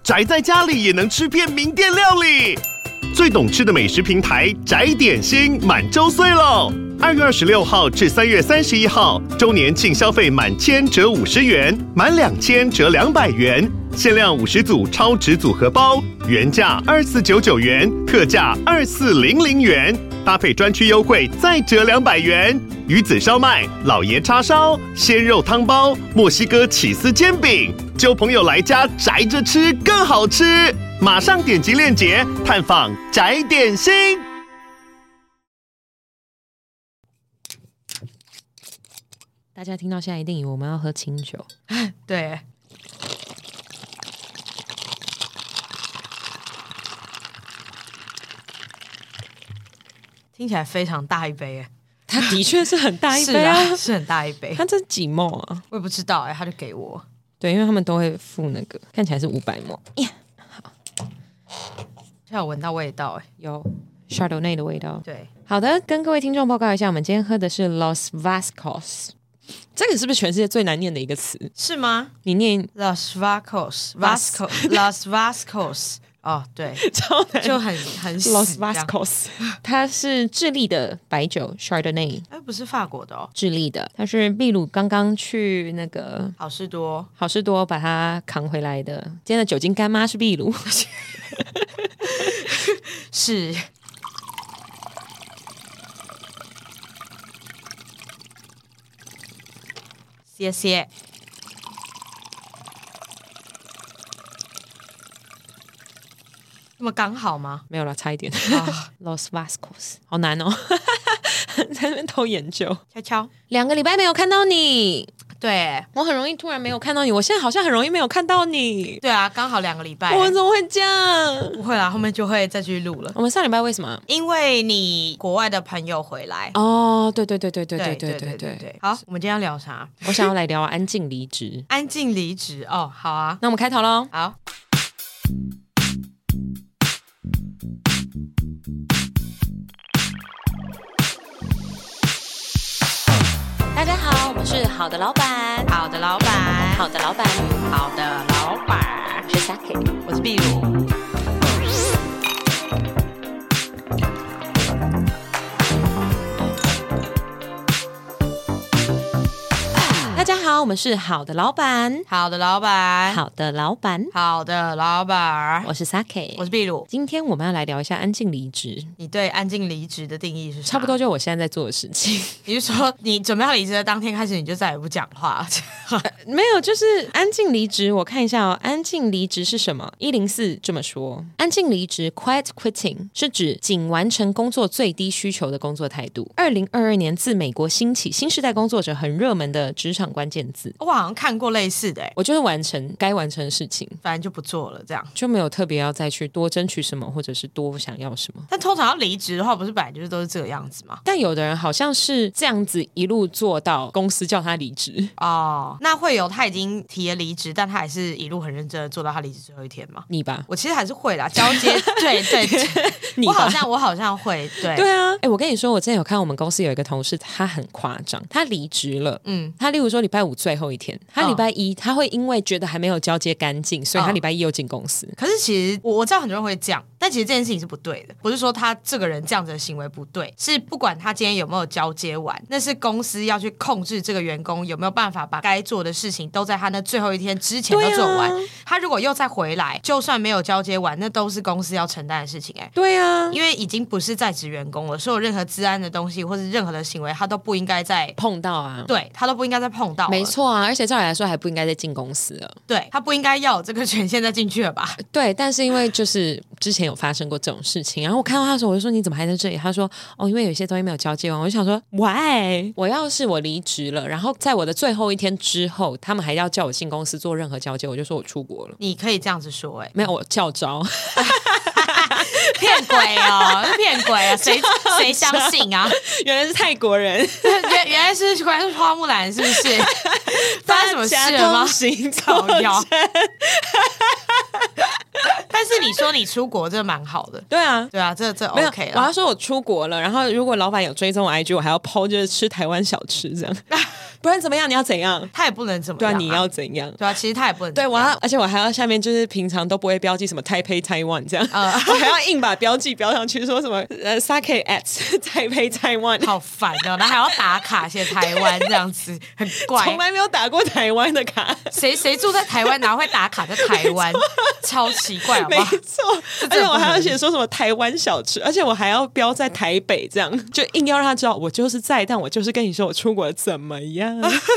宅在家里也能吃遍名店料理。最懂吃的美食平台宅点心满周岁喽！2月26号至3月31号，周年庆消费满1000折50元，满2000折200元，限量50组超值组合包，原价2499元，特价2400元，搭配专区优惠再折200元。鱼子烧麦、老爷叉烧、鲜肉汤包、墨西哥起司煎饼，揪朋友来家宅着吃更好吃。马上点击链接探访宅点心。 大家听到现在一定以为我们要喝清酒， 对。听起来非常大一杯耶， 它的确是很大一杯啊， 是很大一杯。 它这几ml啊？ 我也不知道哎，他就给我。 对，因为他们都会附那个，看起来是500ml。好， 现在有闻到味道哎， 有 Chardonnay 的味道。 对， 好的，跟各位听众报告一下，我们今天喝的是 Los Vascos。这个是不是全世界最难念的一个词？ 是吗？ 你念 Los Vascos，Los Vascos。哦，对， 超难， 就很死 Los Vascos， 它是智利的白酒 Chardonnay， 不是法国的哦， 智利的，它是秘鲁刚刚去那个好事多把它扛回来的。今天的酒精干妈是秘鲁， 是。谢谢。那么刚好吗？ 没有了，差一点。Los Vascos 好难哦，在那边偷研究。 悄悄 2个礼拜没有看到你， 对我很容易突然没有看到你。我现在好像很容易没有看到你。 对啊，刚好2个礼拜。 我怎么会这样？ 不会啦，后面就会再继续录了。 我们上礼拜为什么？ 因为你国外的朋友回来。 哦，对。 好，我们今天要聊啥？ 我想要来聊安静离职。 安静离职哦，好啊， 那我们开头咯。 好。 大家好，我们是好的老板， 好的老板， 好的老板， 好的老板。 我是 Saki， 我是秘鲁。 大家好，我们是好的老板， 好的老板， 好的老板， 好的老板。 我是 Saki， 我是秘鲁。 今天我们要来聊一下安静离职。 你对安静离职的定义是啥？ 差不多就我现在在做的事情。 你是说你准备要离职的当天开始你就再也不讲话？ 没有，就是安静离职。我看一下哦，安静离职是什么？104这么说，安静离职 （Quiet Quitting） 是指仅完成工作最低需求的工作态度。2022年自美国兴起，新世代工作者很热门的职场关键字。 我好像看过类似的， 我就是完成该完成的事情， 反正就不做了，这样就没有特别要再去多争取什么，或者是多想要什么。 但通常要离职的话，不是本来就是都是这个样子吗？ 但有的人好像是这样子一路做到公司叫他离职哦。那会有他已经提了离职，但他还是一路很认真的做到他离职最后一天吗？ 你吧， 我其实还是会啦，交接对你我好像会对啊。我跟你说，我之前有看我们公司有一个同事，他很夸张，他离职了，他例如说礼拜5最后一天，他礼拜1他会因为觉得还没有交接干净，所以他礼拜1又进公司。 可是其实我知道很多人会这样，但其实这件事情是不对的，不是说他这个人这样子的行为不对，是不管他今天有没有交接完，那是公司要去控制这个员工有没有办法把该做的事情都在他那最后一天之前都做完。他如果又再回来，就算没有交接完，那都是公司要承担的事情。 对啊， 因为已经不是在职员工了，所有任何资安的东西或是任何的行为他都不应该再碰到啊。 对，他都不应该再碰到了。 没错啊，而且照理来说还不应该再进公司了。 对，他不应该要有这个权限再进去了吧？ 对，但是因为就是之前有发生过这种事情，然后我看到他的时候我就说你怎么还在这里？他说哦，因为有些东西没有交接完。我就想说 why？ 我要是我离职了，然后在我的最后一天之后他们还要叫我进公司做任何交接，我就说我出国了。 你可以这样子说没有，我教招骗鬼哦，骗鬼啊！谁相信啊？ 原来是泰国人， 原来是花木兰，是不是？发生什么事了吗？ 造谣。 但是你说你出国，这蛮好的。 对啊， 对啊，这 OK 了。 我要说我出国了，然后如果老板有追踪我 IG， 我还要 po 就是吃台湾小吃这样。 不然怎么样？你要怎样？ 他也不能怎么样、 对啊，你要怎样？ 对啊，其实他也不能对， 怎么样。 而且我还要下面就是平常都不会标记什么 Taipei Taiwan 这样，我还要硬把标记标上去，说什么Sake at Taipei Taiwan， 好烦哦，然后还要打卡写台湾这样子，很怪。 从来没有打过台湾的卡， 谁住在台湾，哪会打卡在台湾？超奇怪，好不没好？ 错。而且我还要写说什么台湾小吃，而且我还要标在台北，这样就硬要让他知道我就是在，但我就是跟你说我出国怎么样。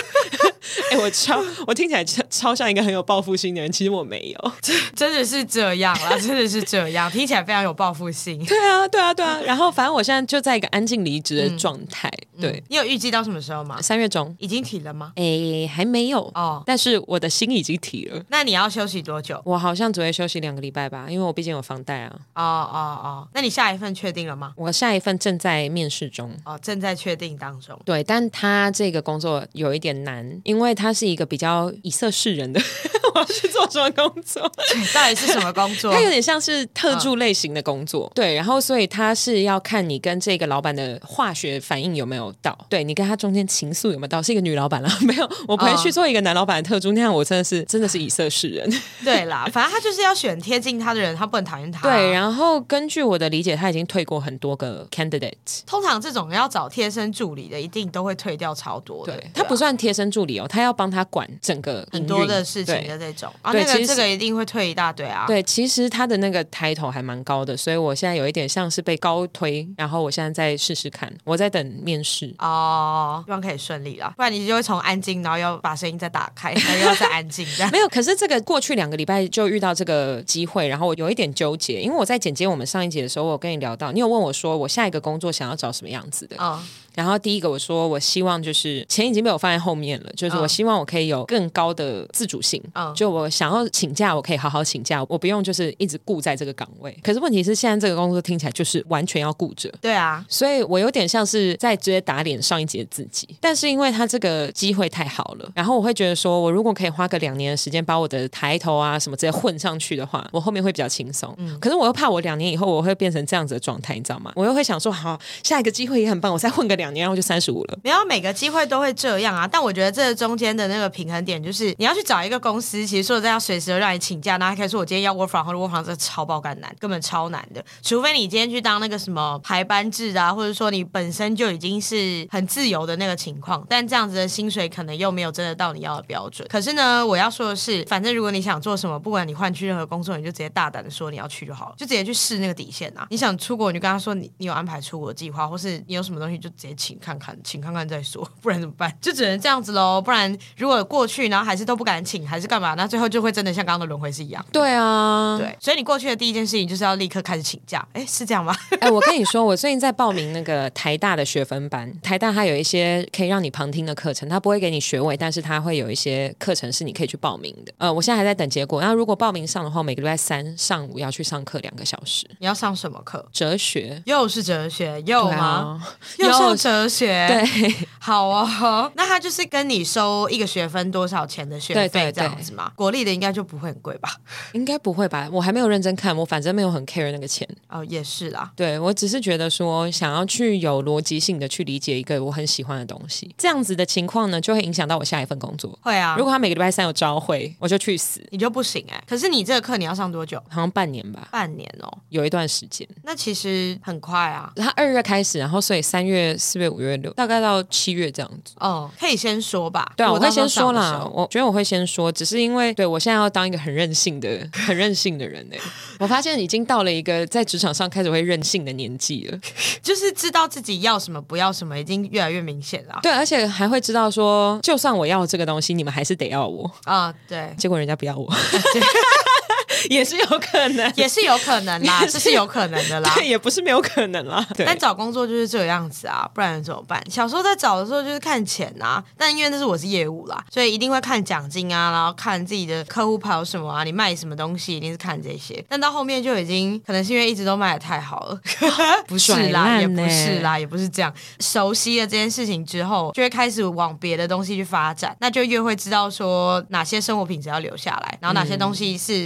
我听起来超像一个很有报复心的人，其实我没有。 真的是这样啦，真的是这样，听起来非常有报复性。 对啊。然后反正我现在就在一个安静离职的状态。对， 你有预计到什么时候吗 ？3月中已经提了吗？ 还没有哦， 但是我的心已经提了。 那你要休息多久？ 我好像只会休息2个礼拜吧，因为我毕竟有房贷啊。 那你下一份确定了吗？ 我下一份正在面试中。 正在确定当中。 对，但他这个工作有一点难，因为他是一个比较以色示人的。我要去做什么工作？ 到底是什么工作？ 它有点像是特助类型的工作。对，然后所以他是要看你跟这个老板的化学反应有没有到，对你跟他中间情愫有没有到。是一个女老板啦，没有，我不会去做一个男老板的特助，那样我真的是以色示人。 对啦，反正他就是要选贴近他的人，他不能讨厌他。 对，然后根据我的理解，他已经退过很多个 candidate。 通常这种要找贴身助理的，一定都会退掉超多的。 对，他不算贴身助理哦，他要帮他管整个很多的事情的这种这个一定会退一大堆啊。 对，其实他的那个抬头还蛮高的，所以我现在有一点像是被高推，然后我现在再试试看，我在等面试。 希望可以顺利啦，不然你就会从安静，然后要把声音再打开，然后又要再安静这样。 没有，可是这个过去2个礼拜就遇到这个机会，然后我有一点纠结，因为我在剪接我们上一集的时候，我跟你聊到，你有问我说我下一个工作想要找什么样子的。然后第一个我说我希望就是钱已经被我放在后面了，就是我希望我可以有更高的自主性，就我想要请假我可以好好请假，我不用就是一直顾在这个岗位。可是问题是现在这个工作听起来就是完全要顾着。 对啊， 所以我有点像是在直接打脸上一集的自己，但是因为他这个机会太好了，然后我会觉得说我如果可以花个2年的时间把我的抬头啊什么直接混上去的话，我后面会比较轻松。可是我又怕我2年以后我会变成这样子的状态，你知道吗？我又会想说好，下一个机会也很棒，我再混个2年然后就35了。 没有每个机会都会这样啊，但我觉得这中间的那个平衡点就是你要去找一个公司，其实说在要随时都让你请假，然后还可以说我今天要 work from home， work from home 真的超爆干难，根本超难的，除非你今天去当那个什么排班制啊，或者说你本身就已经是很自由的那个情况，但这样子的薪水可能又没有真的到你要的标准。可是呢，我要说的是，反正如果你想做什么，不管你换去任何工作，你就直接大胆的说你要去就好了，就直接去试那个底线啊。你想出国，你就跟他说你有安排出国计划，或是你有什么东西就直接请看看再说，不然怎么办？就只能这样子咯。不然如果过去然后还是都不敢请，还是干嘛，那最后就会真的像刚刚的轮回是一样。 对啊， 对，所以你过去的第一件事情就是要立刻开始请假。是这样吗？ 我跟你说，我最近在报名那个台大的学分班，台大它有一些可以让你旁听的课程，它不会给你学位，但是它会有一些课程是你可以去报名的。我现在还在等结果，那如果报名上的话，每个礼拜3上午要去上课2个小时。 你要上什么课？ 哲学。 又是哲学，又吗？又上哲学？ 对， 好哦。那他就是跟你收1个学分多少钱的学费这样子吗？国立的应该就不会很贵吧？ 应该不会吧？我还没有认真看，我反正没有很 care 那个钱。 也是啦。 对，我只是觉得说想要去有逻辑性的去理解一个我很喜欢的东西，这样子的情况呢，就会影响到我下一份工作。 会啊， 如果他每个礼拜3有朝会，我就去死。 你就不行可是你这个课你要上多久？ 好像半年吧。 半年哦， 有一段时间。 那其实很快啊。 他2月开始，然后所以3月、4月、5月、6，大概到7月这样子。 可以先说吧。 对啊，我会先说啦。我觉得我会先说，只是因为对我现在要当一个很任性的人我发现已经到了一个在职场上开始会任性的年纪了， 就是知道自己要什么不要什么，已经越来越明显了。 对，而且还会知道说，就算我要这个东西，你们还是得要我对， 结果人家不要我。也是有可能， 也是有可能啦，这是有可能的啦， 对，也不是没有可能啦。 但找工作就是这个样子啊，不然怎么办？小时候在找的时候就是看钱啊，但因为我是业务啦，所以一定会看奖金啊，然后看自己的客户跑什么啊，你卖什么东西，一定是看这些。但到后面就已经可能是因为一直都卖得太好了，不是啦，也不是啦，也不是这样。熟悉了这件事情之后，就会开始往别的东西去发展，那就越会知道说哪些生活品质要留下来，然后哪些东西是除了工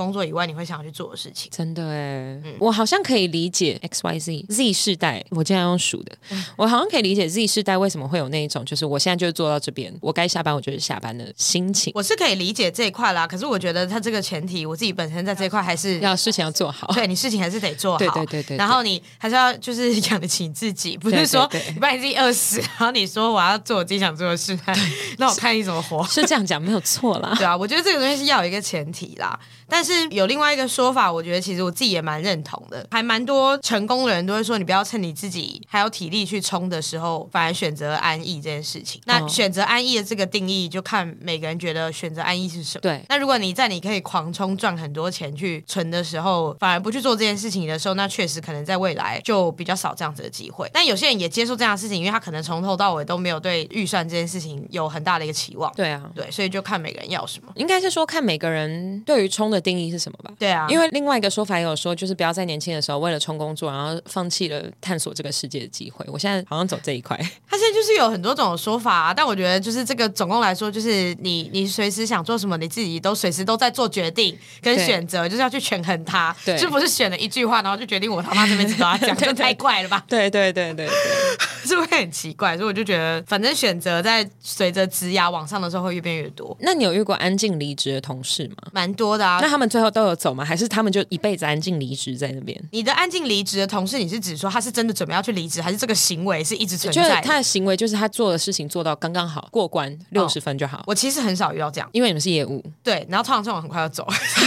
工作以外你会想要去做的事情。 真的耶，我好像可以理解 XYZ 世代，我今天要用数的，我好像可以理解 Z 世代为什么会有那一种就是我现在就做到这边，我该下班我就是下班的心情。 我是可以理解这一块啦，可是我觉得他这个前提，我自己本身在这一块还是要事情要做好， 对，你事情还是得做好， 对， 然后你还是要就是养得起你自己，不是说你把你自己饿死，然后你说我要做我自己想做的事，那我看你怎么活。 是这样讲没有错啦。 对啊，我觉得这个东西是要有一个前提啦。但是有另外一个说法，我觉得其实我自己也蛮认同的，还蛮多成功的人都会说，你不要趁你自己还有体力去冲的时候，反而选择安逸这件事情。那选择安逸的这个定义，就看每个人觉得选择安逸是什么。 对， 那如果你在你可以狂冲赚很多钱去存的时候，反而不去做这件事情的时候，那确实可能在未来就比较少这样子的机会。但有些人也接受这样的事情，因为他可能从头到尾都没有对预算这件事情有很大的一个期望。 对啊， 对，所以就看每个人要什么。 应该是说看每个人对于冲的定义是什么吧。 对啊， 因为另外一个说法也有说，就是不要在年轻的时候为了冲工作，然后放弃了探索这个世界的机会。我现在好像走这一块。 他现在就是有很多种说法啊，但我觉得就是这个总共来说，就是你随时想做什么，你自己都随时都在做决定跟选择，就是要去权衡它，就不是选了一句话然后就决定我他妈这辈子都要讲，这太怪了吧？ 对， 是不是很奇怪？所以我就觉得，反正选择在随着职涯往上的时候会越变越多。 那你有遇过安静离职的同事吗？ 蛮多的啊。 那他们最后都有走吗？还是他们就一辈子安静离职在那边？ 你的安静离职的同事，你是指说他是真的准备要去离职，还是这个行为是一直存在的？ 就是他的行为，就是他做的事情做到刚刚好过关60分就好。 我其实很少遇到这样， 因为你们是业务。 对，然后通常这种很快要走。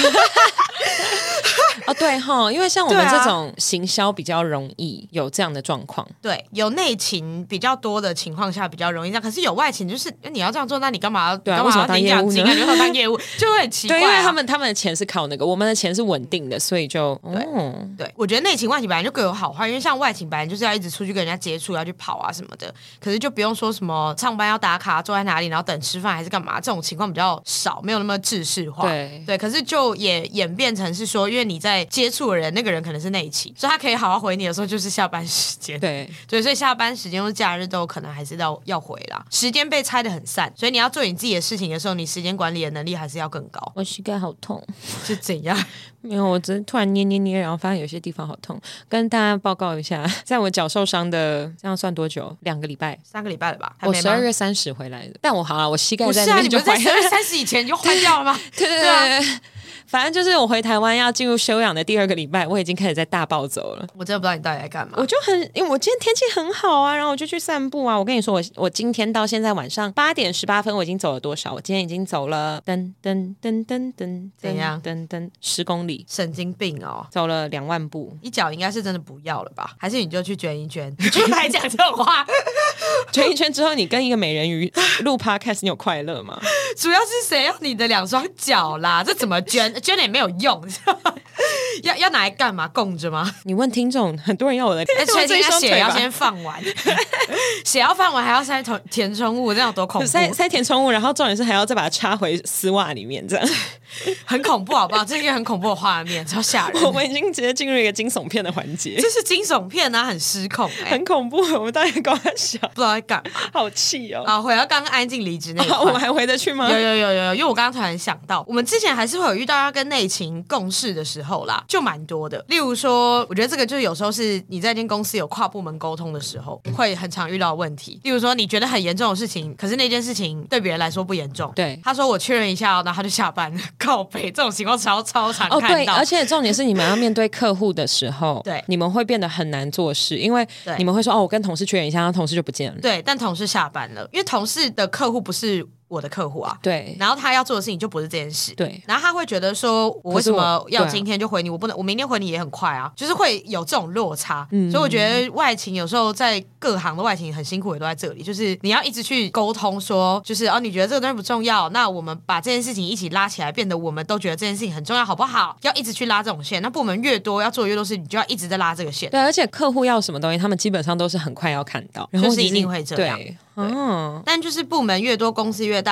哦，对哈，因为像我们这种行销比较容易有这样的状况。 对，有内勤比较多的情况下比较容易这样，可是有外勤，就是你要这样做，那你干嘛要对啊？为什么当业务呢？ 感觉当业务就会很奇怪、啊。 对，因为他们的钱是靠那个，我们的钱是稳定的，所以就对，我觉得内勤外勤本来就各有好坏，因为像外勤本来就是要一直出去跟人家接触，要去跑啊什么的，可是就不用说什么上班要打卡，坐在哪里，然后等吃饭还是干嘛，这种情况比较少，没有那么制式化。对，可是就也演变成是说，因为你在接触的人，那个人可能是内勤，所以他可以好好回你的时候就是下班时间。对，所以下班时间或假日都可能还是要回啦。时间被拆得很散，所以你要做你自己的事情的时候，你时间管理的能力还是要更高。 我膝盖好痛， 是怎样？ 没有，我只是突然捏，然后发现有些地方好痛。跟大家报告一下，在我脚受伤的，这样算多久？2个礼拜、 3个礼拜了吧？ 我12月30回来的。但我好了，我膝盖在那边就坏。你不是在12月30以前就坏掉了吗？ 对。反正就是我回台湾要进入休养的第2个礼拜，我已经开始在大暴走了。 我真的不知道你到底在干嘛。 我就因为我今天天气很好啊，然后我就去散步啊。我跟你说，我今天到现在晚上8点18分，我已经走了多少？我今天已经走了怎样 10公里， 神经病哦！ 走了2万步， 一脚应该是真的不要了吧？还是你就去捐一捐？就来讲这种话， 捐一捐之后，你跟一个美人鱼录 podcast， 你有快乐吗？ 主要是谁要你的2双脚啦？这怎么捐？捐了也没有用，要拿来干嘛？供着吗？ 你问听众，很多人要我的， 确定他血要先放完，血要放完还要塞填充物，这样有多恐怖？ 塞填充物，然后重点是还要再把它插回丝袜里面，这样很恐怖，好不好？这是一个很恐怖的画面，超吓人。 我们已经直接进入一个惊悚片的环节， 这是惊悚片啊，很失控很恐怖。我们大家搞在笑， 不知道在干嘛， 好气哦！ 啊，回到刚刚安静离职那一块， 我们还回得去吗？ 有，因为我刚刚突然想到，我们之前还是会有遇到要跟内勤共事的时候啦，就蛮多的。例如说，我觉得这个就是有时候是你在一间公司有跨部门沟通的时候，会很常遇到的问题。例如说，你觉得很严重的事情，可是那件事情对别人来说不严重。 对， 他说我确认一下，然后他就下班了，靠北这种情况超常看到。 对，而且重点是你们要面对客户的时候， 对， 你们会变得很难做事，因为你们会说我跟同事确认一下，然后同事就不见了。 对，但同事下班了，因为同事的客户不是我的客户啊， 对， 然后他要做的事情就不是这件事， 对， 然后他会觉得说，我为什么要今天就回你，我不能，我明天回你也很快啊，就是会有这种落差，所以我觉得外勤有时候在各行的外勤很辛苦，也都在这里，就是你要一直去沟通说，就是你觉得这个东西不重要，那我们把这件事情一起拉起来，变得我们都觉得这件事情很重要，好不好？要一直去拉这种线，那部门越多，要做越多事，你就要一直在拉这个线。 对，而且客户要什么东西，他们基本上都是很快要看到，然后就是一定会这样。 对， 但就是部门越多，公司越大，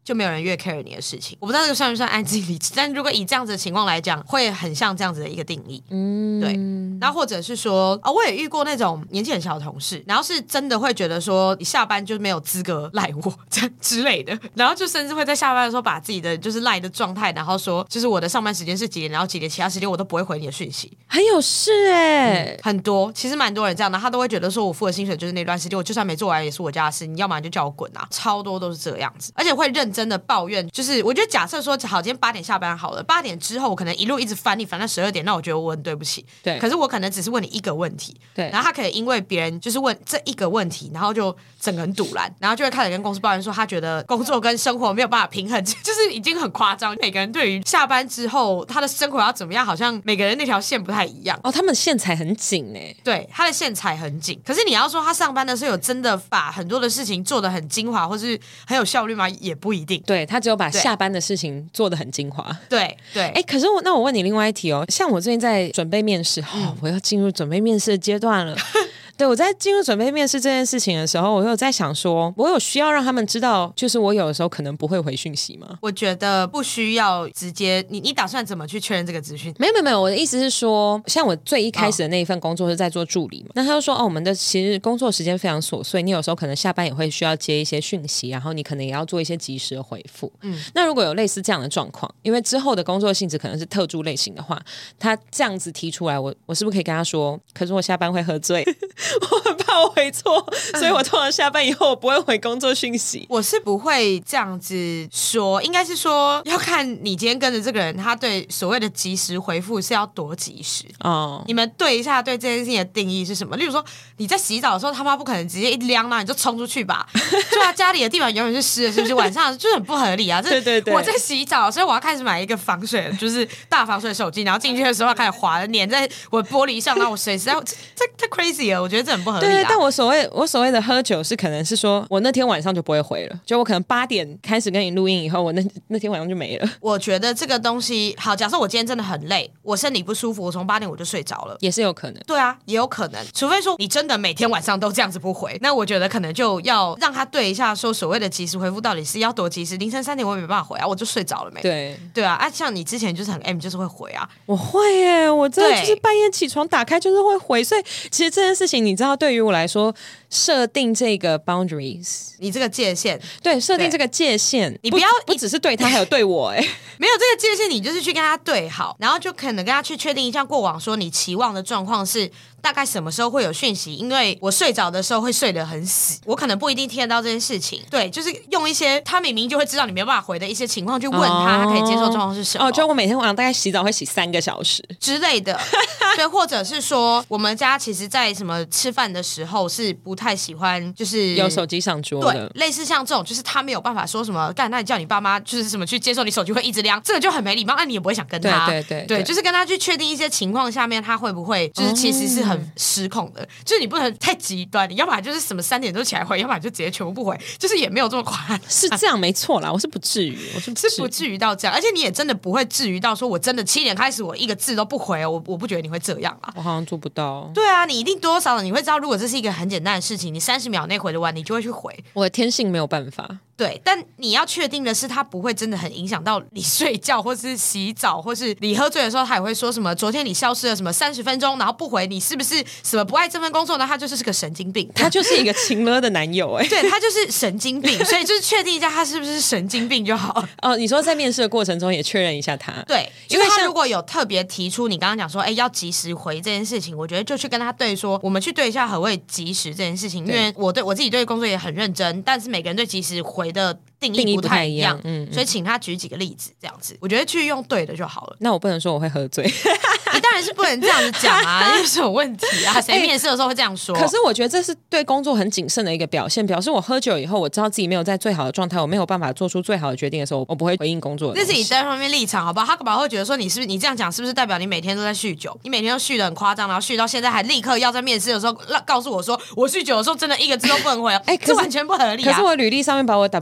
就没有人越 care 你的事情。我不知道这个算不算安静离职，但如果以这样子的情况来讲，会很像这样子的一个定义。对。然后或者是说，我也遇过那种年纪很小的同事，然后是真的会觉得说，你下班就没有资格赖我这样之类的，然后就甚至会在下班的时候把自己的就是赖的状态，然后说就是我的上班时间是几点，然后几点其他时间我都不会回你的讯息。 很有事很多，其实蛮多人这样的，他都会觉得说我付的薪水就是那段时间，我就算没做完也是我家的事，你要么就叫我滚啊，超多都是这样子，而且会认真的抱怨。就是我觉得假设说好，今天8点下班好了，8点之后我可能一直烦你烦到12点，那我觉得我很对不起。 对， 可是我可能只是问你一个问题， 对， 然后他可以因为别人就是问这一个问题，然后就整个人堵拦，然后就会开始跟公司抱怨说他觉得工作跟生活没有办法平衡，就是已经很夸张。每个人对于下班之后他的生活要怎么样，好像每个人那条线不太一样。 他们线踩很紧对，他的线踩很紧。可是你要说他上班的时候有真的把很多的事情做得很精华，或是很有效率吗？也不一定。 对，他只有把下班的事情做得很精华。 对。 可是我问你另外一题像我最近在准备面试，我要进入准备面试的阶段了。对，我在进入准备面试这件事情的时候，我有在想说，我有需要让他们知道，就是我有的时候可能不会回讯息吗？ 我觉得不需要直接，你打算怎么去确认这个资讯？ 没有，我的意思是说，像我最一开始的那一份工作是在做助理嘛，那他就说我们的其实工作时间非常琐碎，你有时候可能下班也会需要接一些讯息，然后你可能也要做一些及时的回复。那如果有类似这样的状况，因为之后的工作性质可能是特助类型的话，他这样子提出来，我是不是可以跟他说，可是我下班会喝醉，我很怕我回错，所以我通常下班以后我不会回工作讯息。 我是不会这样子说，应该是说要看你今天跟着这个人，他对所谓的及时回复是要多及时。你们对一下对这件事情的定义是什么？例如说你在洗澡的时候，他妈不可能直接一晾那你就冲出去吧？对啊，家里的地板永远是湿的，是不是？晚上就很不合理啊。 对， 我在洗澡，所以我要开始买一个防水，就是大防水手机，然后进去的时候要开始滑，粘在我玻璃上，然后我随时要这太 crazy 了，我觉得这很不合理。 对，但我所谓的喝酒是可能是说我那天晚上就不会回了，就我可能8点开始跟你录音以后，我那天晚上就没了。 我觉得这个东西好，假设我今天真的很累，我身体不舒服，我从8点我就睡着了， 也是有可能。 对啊，也有可能，除非说你真的每天晚上都这样子不回，那我觉得可能就要让他对一下，说所谓的及时回复到底是要多及时。凌晨3点我也没办法回啊，我就睡着了没。对啊，像你之前就是很 M 就是会回啊， 我会耶，我真的就是半夜起床打开就是会回，所以其实这件事情你知道，对于我来说，设定这个 boundaries， 你这个界限， 对，设定这个界限， 你不要不只是对他，还有对我没有这个界限，你就是去跟他对好，然后就可能跟他去确定一下过往说你期望的状况是大概什么时候会有讯息，因为我睡着的时候会睡得很死，我可能不一定听得到这件事情。对，就是用一些他明明就会知道你没有办法回的一些情况去问他，他可以接受状况是什么。 就我每天晚上大概洗澡会洗3个小时之类的。对，或者是说我们家其实在什么吃饭的时候是不太喜欢就是有手机上桌的， 对，类似像这种就是他没有办法说什么干，那你叫你爸妈就是什么去接受你手机会一直亮，这个就很没礼貌，那你也不会想跟他。对，就是跟他去确定一些情况下面他会不会就是其实是很失控的，就是你不能太极端，你要不然就是什么3点都起来回，要不然就直接全部不回，就是也没有这么夸张。 是这样没错啦，我是不至于，是不至于到这样，而且你也真的不会至于到说我真的7点开始我一个字都不回，我不觉得你会这样啦。 我好像做不到。 对啊，你一定多少你会知道，如果这是一个很简单的事情，你30秒内回得完，你就会去回。 我的天性没有办法。 对，但你要确定的是，它不会真的很影响到你睡觉，或是洗澡，或是你喝醉的时候，他也会说什么昨天你消失了什么30分钟，然后不回你，是不是什么不爱这份工作呢？他就是个神经病， 他就是一个情勒的男友对，他就是神经病，所以就是确定一下他是不是神经病就好。 你说在面试的过程中也确认一下他， 对，因为他如果有特别提出你刚刚讲说，要及时回这件事情，我觉得就去跟他对说，我们去对一下何谓及时这件事情，因为我自己对工作也很认真，但是每个人对及时回的定义不太一样，所以请他举几个例子，这样子，我觉得去用对的就好了。 那我不能说我会喝醉， 你当然是不能这样子讲啊，有什么问题啊？谁面试的时候会这样说？ 可是我觉得这是对工作很谨慎的一个表现，表示我喝酒以后，我知道自己没有在最好的状态，我没有办法做出最好的决定的时候，我不会回应工作的东西。 这是你单方面立场，好不好？他可能会觉得说你是不是你这样讲，是不是代表你每天都在酗酒？你每天都酗得很夸张，然后酗到现在还立刻要在面试的时候告诉我说，我酗酒的时候真的一个字都不能回，这完全不合理啊！ 可是我履历上面把我 WSET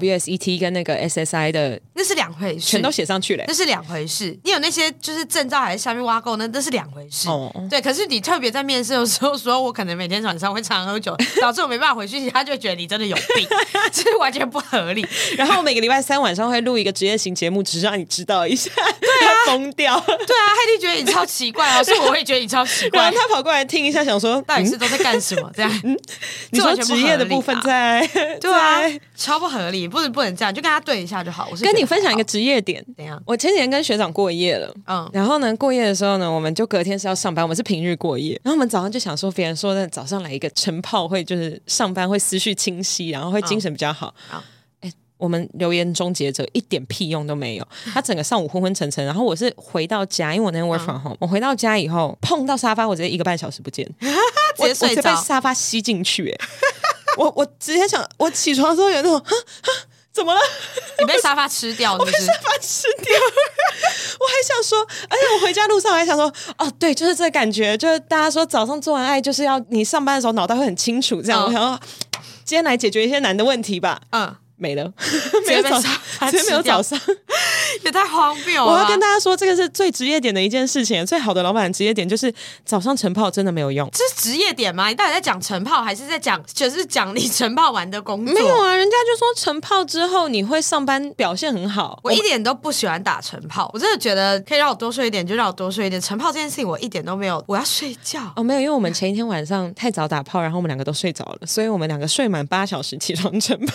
ACT 跟那个 SSI 的， 那是两回事， 全都写上去了。 那是两回事。你有那些就是证照还是下面挖沟，那是两回事。对，可是你特别在面试的时候说，我可能每天晚上会常喝酒，导致我没办法回去，他就觉得你真的有病，这是完全不合理。 然后我每个礼拜3晚上会录一个职业型节目，只是让你知道一下，对啊，疯掉。 对啊，海蒂觉得你超奇怪哦，所以我会觉得你超奇怪。 然后他跑过来听一下，想说到底是都在干什么？这样， 你说职业的部分在， 对啊，超不合理，不能这样，就跟他对一下就好。我是跟你分享一个职业点， 怎样？ 我前几天跟学长过夜了，然后呢，过夜的时候呢，我们就隔天是要上班，我们是平日过夜，然后我们早上就想说，别人说的早上来一个晨泡会，就是上班会思绪清晰，然后会精神比较好。我们留言终结者一点屁用都没有，他整个上午昏昏沉沉，然后我是回到家，因为我那天 work from home，我回到家以后碰到沙发，我直接1个半小时不见， 直接睡着， 我直接被沙发吸进去，我直接想，我起床的时候有那种怎么了？ 你被沙发吃掉是不是？ 我被沙发吃掉。我还想说，而且我回家路上我还想说，哦，对，就是这个感觉，就是大家说早上做完爱就是要你上班的时候脑袋会很清楚，这样。我想说，今天来解决一些难的问题吧。没了，没有早上，直接没有早上， 也太荒谬了。 我要跟大家说，这个是最职业点的一件事情。最好的老板的职业点就是早上晨泡真的没有用。 这是职业点吗？你到底在讲晨泡，还是在讲就是讲你晨泡完的工作？ 没有啊，人家就说晨泡之后你会上班表现很好。 我一点都不喜欢打晨泡，我真的觉得可以让我多睡一点就让我多睡一点。晨泡这件事情我一点都没有，我要睡觉。 没有，因为我们前一天晚上太早打炮，然后我们2个都睡着了，所以我们2个睡满8小时起床晨泡。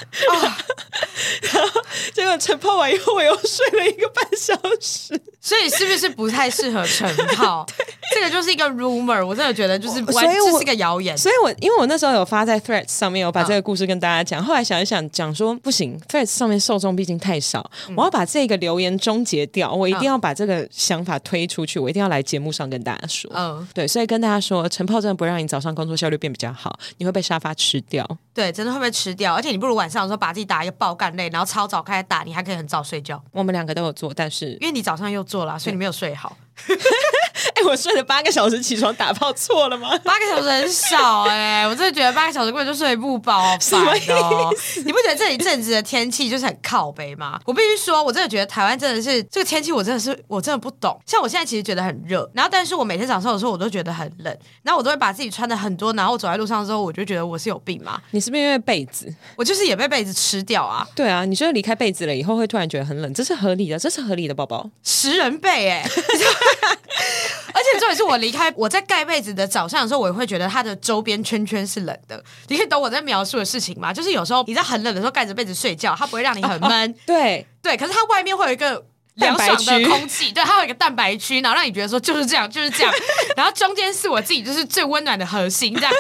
然后结果晨泡完以后我又睡了1个半小时， 所以是不是不太适合晨泡？这个就是一个 rumor， 我真的觉得就是这是个谣言。 所以因为我那时候有发在 Threads 上面，有把这个故事跟大家讲，后来想一想，讲说不行 ，Threads 上面受众毕竟太少，我要把这个留言终结掉，我一定要把这个想法推出去，我一定要来节目上跟大家说。对，所以跟大家说，晨泡真的不会让你早上工作效率变比较好，你会被沙发吃掉。 对，真的会被吃掉，而且你不如晚上的时候把自己打一个爆干累，然后超早开始打，你还可以很早睡觉。 我们2个都有做，但是因为你早上又做了，所以你没有睡好。 我睡了8个小时起床打炮错了吗 ？8个小时很少我真的觉得8个小时根本就睡不饱，好烦哦！你不觉得这一阵子的天气就是很靠北吗？我必须说，我真的觉得台湾真的是这个天气，我真的不懂。像我现在其实觉得很热，然后但是我每天早上的时候我都觉得很冷，然后我都会把自己穿的很多，然后我走在路上的时候，我就觉得我是有病吗？ 你是不是因为被子？ 我就是也被被子吃掉啊！ 对啊，你就是离开被子了以后会突然觉得很冷，这是合理的，这是合理的，宝宝。 10人被而且重点是我在盖被子的早上的时候，我也会觉得它的周边圈圈是冷的。你可以懂我在描述的事情吗？就是有时候你在很冷的时候盖着被子睡觉，它不会让你很闷。 对， 可是它外面会有一个凉爽的空气，对，它有一个蛋白区，然后让你觉得说就是这样，就是这样。然后中间是我自己就是最温暖的核心，这样。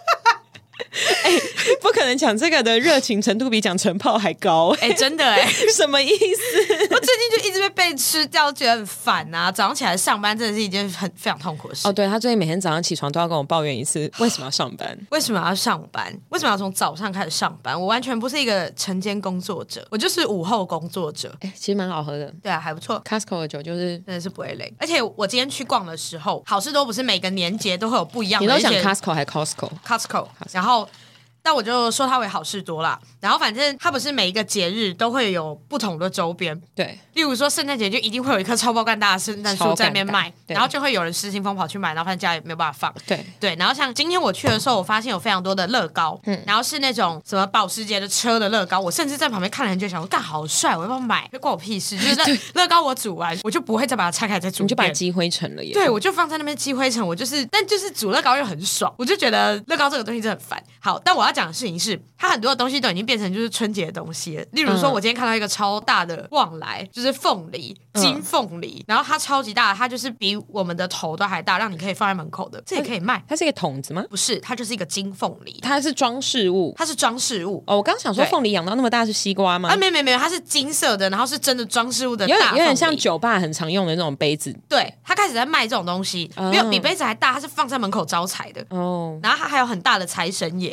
不可能讲这个的热情程度比讲晨泡还高真的什么意思？ 我最近就一直被吃掉，觉得很烦啊！早上起来上班真的是一件非常痛苦的事。 对，他最近每天早上起床都要跟我抱怨一次，为什么要上班？ 为什么要上班？为什么要从早上开始上班？我完全不是一个晨间工作者，我就是午后工作者。 其实蛮好喝的， 对啊，还不错。 Costco 的酒就是真的是不会累，而且我今天去逛的时候，好事多不是每个年节都会有不一样的。 你都讲 Costco 还 Costco， 然后。但我就说它为好事多啦，然后反正它不是每一个节日都会有不同的周边， 对， 例如说圣诞节就一定会有一棵超爆干大的圣诞树在那边卖，然后就会有人失心疯跑去买，然后反正家里没有办法放，对，然后像今天我去的时候，我发现有非常多的乐高，然后是那种什么保时捷的车的乐高，我甚至在旁边看了很久，想说干好帅，我要不要买？关我屁事，就是乐高我煮完我就不会再把它拆开再煮， 你就把它积灰尘了耶， 对，我就放在那边积灰尘，但就是煮乐高又很爽，我就觉得乐高这个东西真的很烦。好，但我要讲的事情是。它很多的东西都已经变成就是春节的东西了，例如说我今天看到一个超大的旺来，就是凤梨，金凤梨，然后它超级大，它就是比我们的头都还大，让你可以放在门口的，这也可以卖。 它是一个桶子吗？ 不是，它就是一个金凤梨， 它是装饰物， 它是装饰物。 我刚想说凤梨养到那么大是西瓜吗？ 没有，它是金色的，然后是真的装饰物的大凤梨， 有点像酒吧很常用的那种杯子。 对，它开始在卖这种东西，没有比杯子还大，它是放在门口招财的。然后它还有很大的财神爷，然后很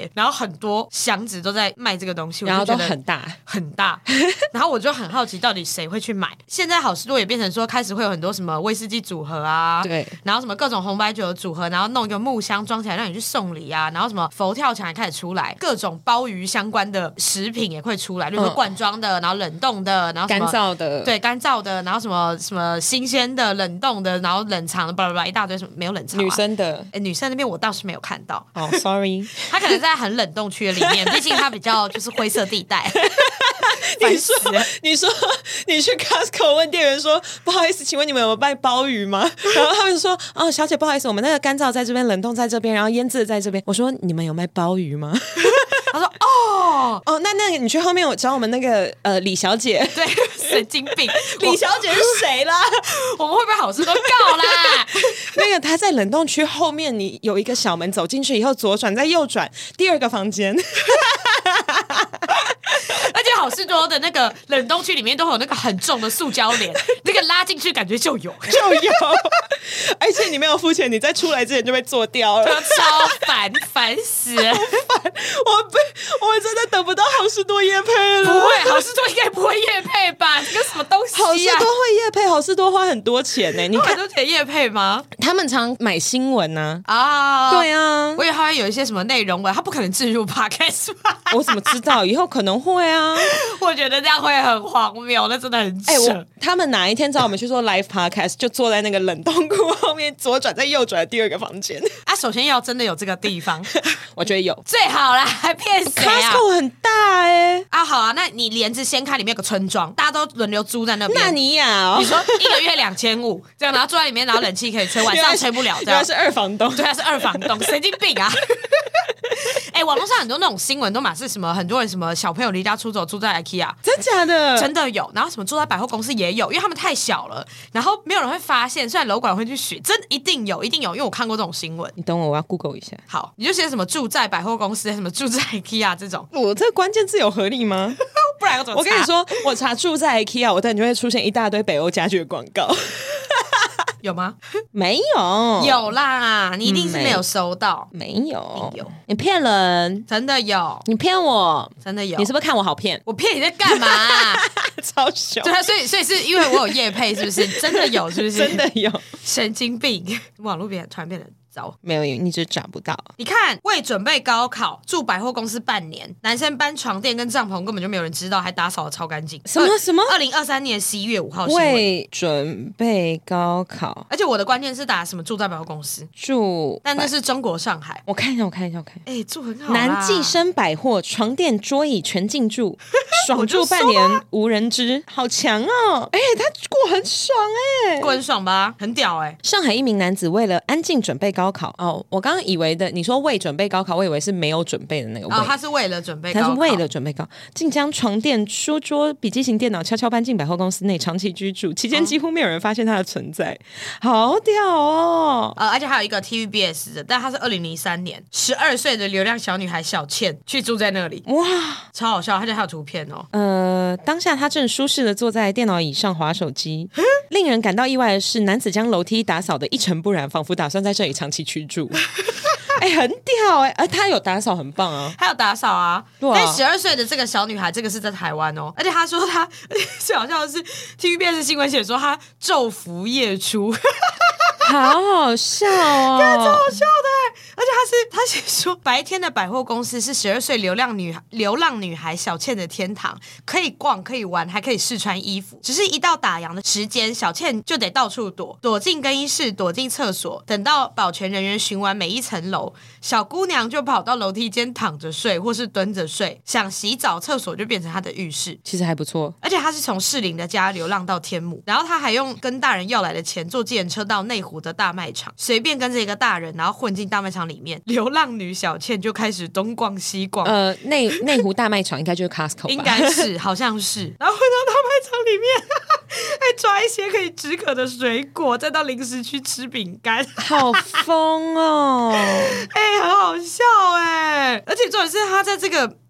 很多箱子都在卖这个东西， 然后都我就觉得很大很大，然后我就很好奇到底谁会去买。现在好市多也变成说开始会有很多什么威士忌组合啊， 对， 然后什么各种红白酒的组合，然后弄一个木箱装起来让你去送礼啊，然后什么佛跳墙也开始出来，各种鲍鱼相关的食品也会出来，比如说罐装的，然后冷冻的，然后什么干燥的， 对，干燥的，然后什么新鲜的、冷冻的，然后冷藏的，巴拉巴拉一大堆，什么没有冷藏、啊。 女生的， 女生那边我倒是没有看到。 哦，sorry， 她可能在很冷冻区的里面，毕竟它比较就是灰色地带。 你说你去 Costco 问店员说不好意思，请问你们有卖鲍鱼吗？然后他们说哦，小姐不好意思，我们那个干燥在这边，冷冻在这边，然后腌制在这边。我说你们有卖鲍鱼吗？ 他说哦， 那个你去后面我找我们那个李小姐。 对，神经病， 李小姐是谁啦？ 我们会不会好事都告啦？ 那个她在冷冻区后面，你有一个小门，走进去以后左转再右转，第2个房间。 而且好事多的那个冷冻区里面都有那个很重的塑胶帘，那个拉进去感觉就有， 而且你没有付钱，你在出来之前就被做掉了， 超烦死了。 我真的等不到好事多业配了。 不会，好事多应该不会业配吧？这个什么东西啊？ 好事多会业配，好事多花很多钱呢。你看很多钱业配吗？ 他们常买新闻呢。 啊， 对啊， 我以为他会有一些什么内容文，他不可能置入 podcast 吧？ 我怎么知道？以后可能会啊。 我觉得这样会很荒谬，那真的很扯。 他们哪一天找我们去做 live podcast， 就坐在那个冷冻库后面，左转再右转的第2个房间。 啊，首先要真的有这个地方， 我觉得有最好啦，还骗谁啊 ？Costco 很大啊，好啊，那你帘子掀开，里面有个村庄，大家都轮流租在那边。 那你呀、 你说1个月2500这样，然后住在里面，然后冷气可以吹，晚上吹不了，这样原来是2房东。 对，他是2房东，神经病啊！网络上很多那种新闻都嘛是什么，很多人什么小朋友离家出走住在 IKEA， 真假的？ 真的有，然后什么住在百货公司也有，因为他们太小了，然后没有人会发现，虽然楼管会去巡，真一定有，因为我看过这种新闻。 你等我，我要 Google 一下。 好，你就写什么住在百货公司，什么住在 IKEA 这种， 我这个关键字有合理吗？ 不然我怎么查？ 我跟你说，我查住在 IKEA， 我等就会出现一大堆北欧家具的广告。 有吗？ 没有， 有啦，你一定是没有收到。 没有， 有， 你骗人， 真的有， 你骗我， 真的有。 你是不是看我好骗？ 我骗你在干嘛、 超凶。 对啊，所以是因为我有业配，是不是？真的有，是不是？ 真的有， 神经病！网络突然变得糟。 没有，你只是找不到。 你看，为准备高考，住百货公司半年，男生搬床垫跟帐篷根本就没有人知道，还打扫的超干净。 什么 ？2023年11月5号新闻。 为准备高考， 而且我的关键是打什么住在百货公司住， 但那是中国上海。 我看一下。 住很好啦。 南寄生百货床垫桌椅全进驻，爽住半年无人知，好强哦！他过很爽过很爽吧？很屌上海一名男子为了安静准备高考，我刚刚以为的，你说为准备高考，我以为是没有准备的那个为。 他是为了准备高考， 他是为了准备高，竟将床垫、书桌、笔记型电脑悄悄搬进百货公司内长期居住，期间几乎没有人发现他的存在，好屌哦！ 而且还有一个 TVBS 的，但他是2003年12岁的流量小女孩小倩去住在那里， 哇， 超好笑，而且还有图片哦。 当下他正舒适的坐在电脑椅上滑手机，令人感到意外的是，男子将楼梯打扫的一尘不染，仿佛打算在这里长期居住。很屌他有打扫，很棒啊， 还有打扫啊。 对啊， 但12岁的这个小女孩，这个是在台湾哦，而且她说最好笑的是 TVBS 新闻写说她昼伏夜出， 好好笑哦， 超好笑的。而且她写说，白天的百货公司是12岁流浪女孩小倩的天堂，可以逛，可以玩，还可以试穿衣服。只是一到打烊的时间，小倩就得到处躲进更衣室，躲进厕所，等到保全人员巡完每一层楼，小姑娘就跑到楼梯间躺着睡，或是蹲着睡，想洗澡，厕所就变成她的浴室。 其实还不错。 而且她是从士林的家流浪到天母，然后她还用跟大人要来的钱坐计程车到内湖的大卖场，随便跟着一个大人，然后混进大卖场里面。流浪女小倩就开始东逛西逛。 内湖大卖场应该就是 Costco 吧？ 应该是，好像是。然后回到大卖场里面，还抓一些可以止渴的水果，再到零食区吃饼干， 好疯哦！ 很好笑而且重点是他在这个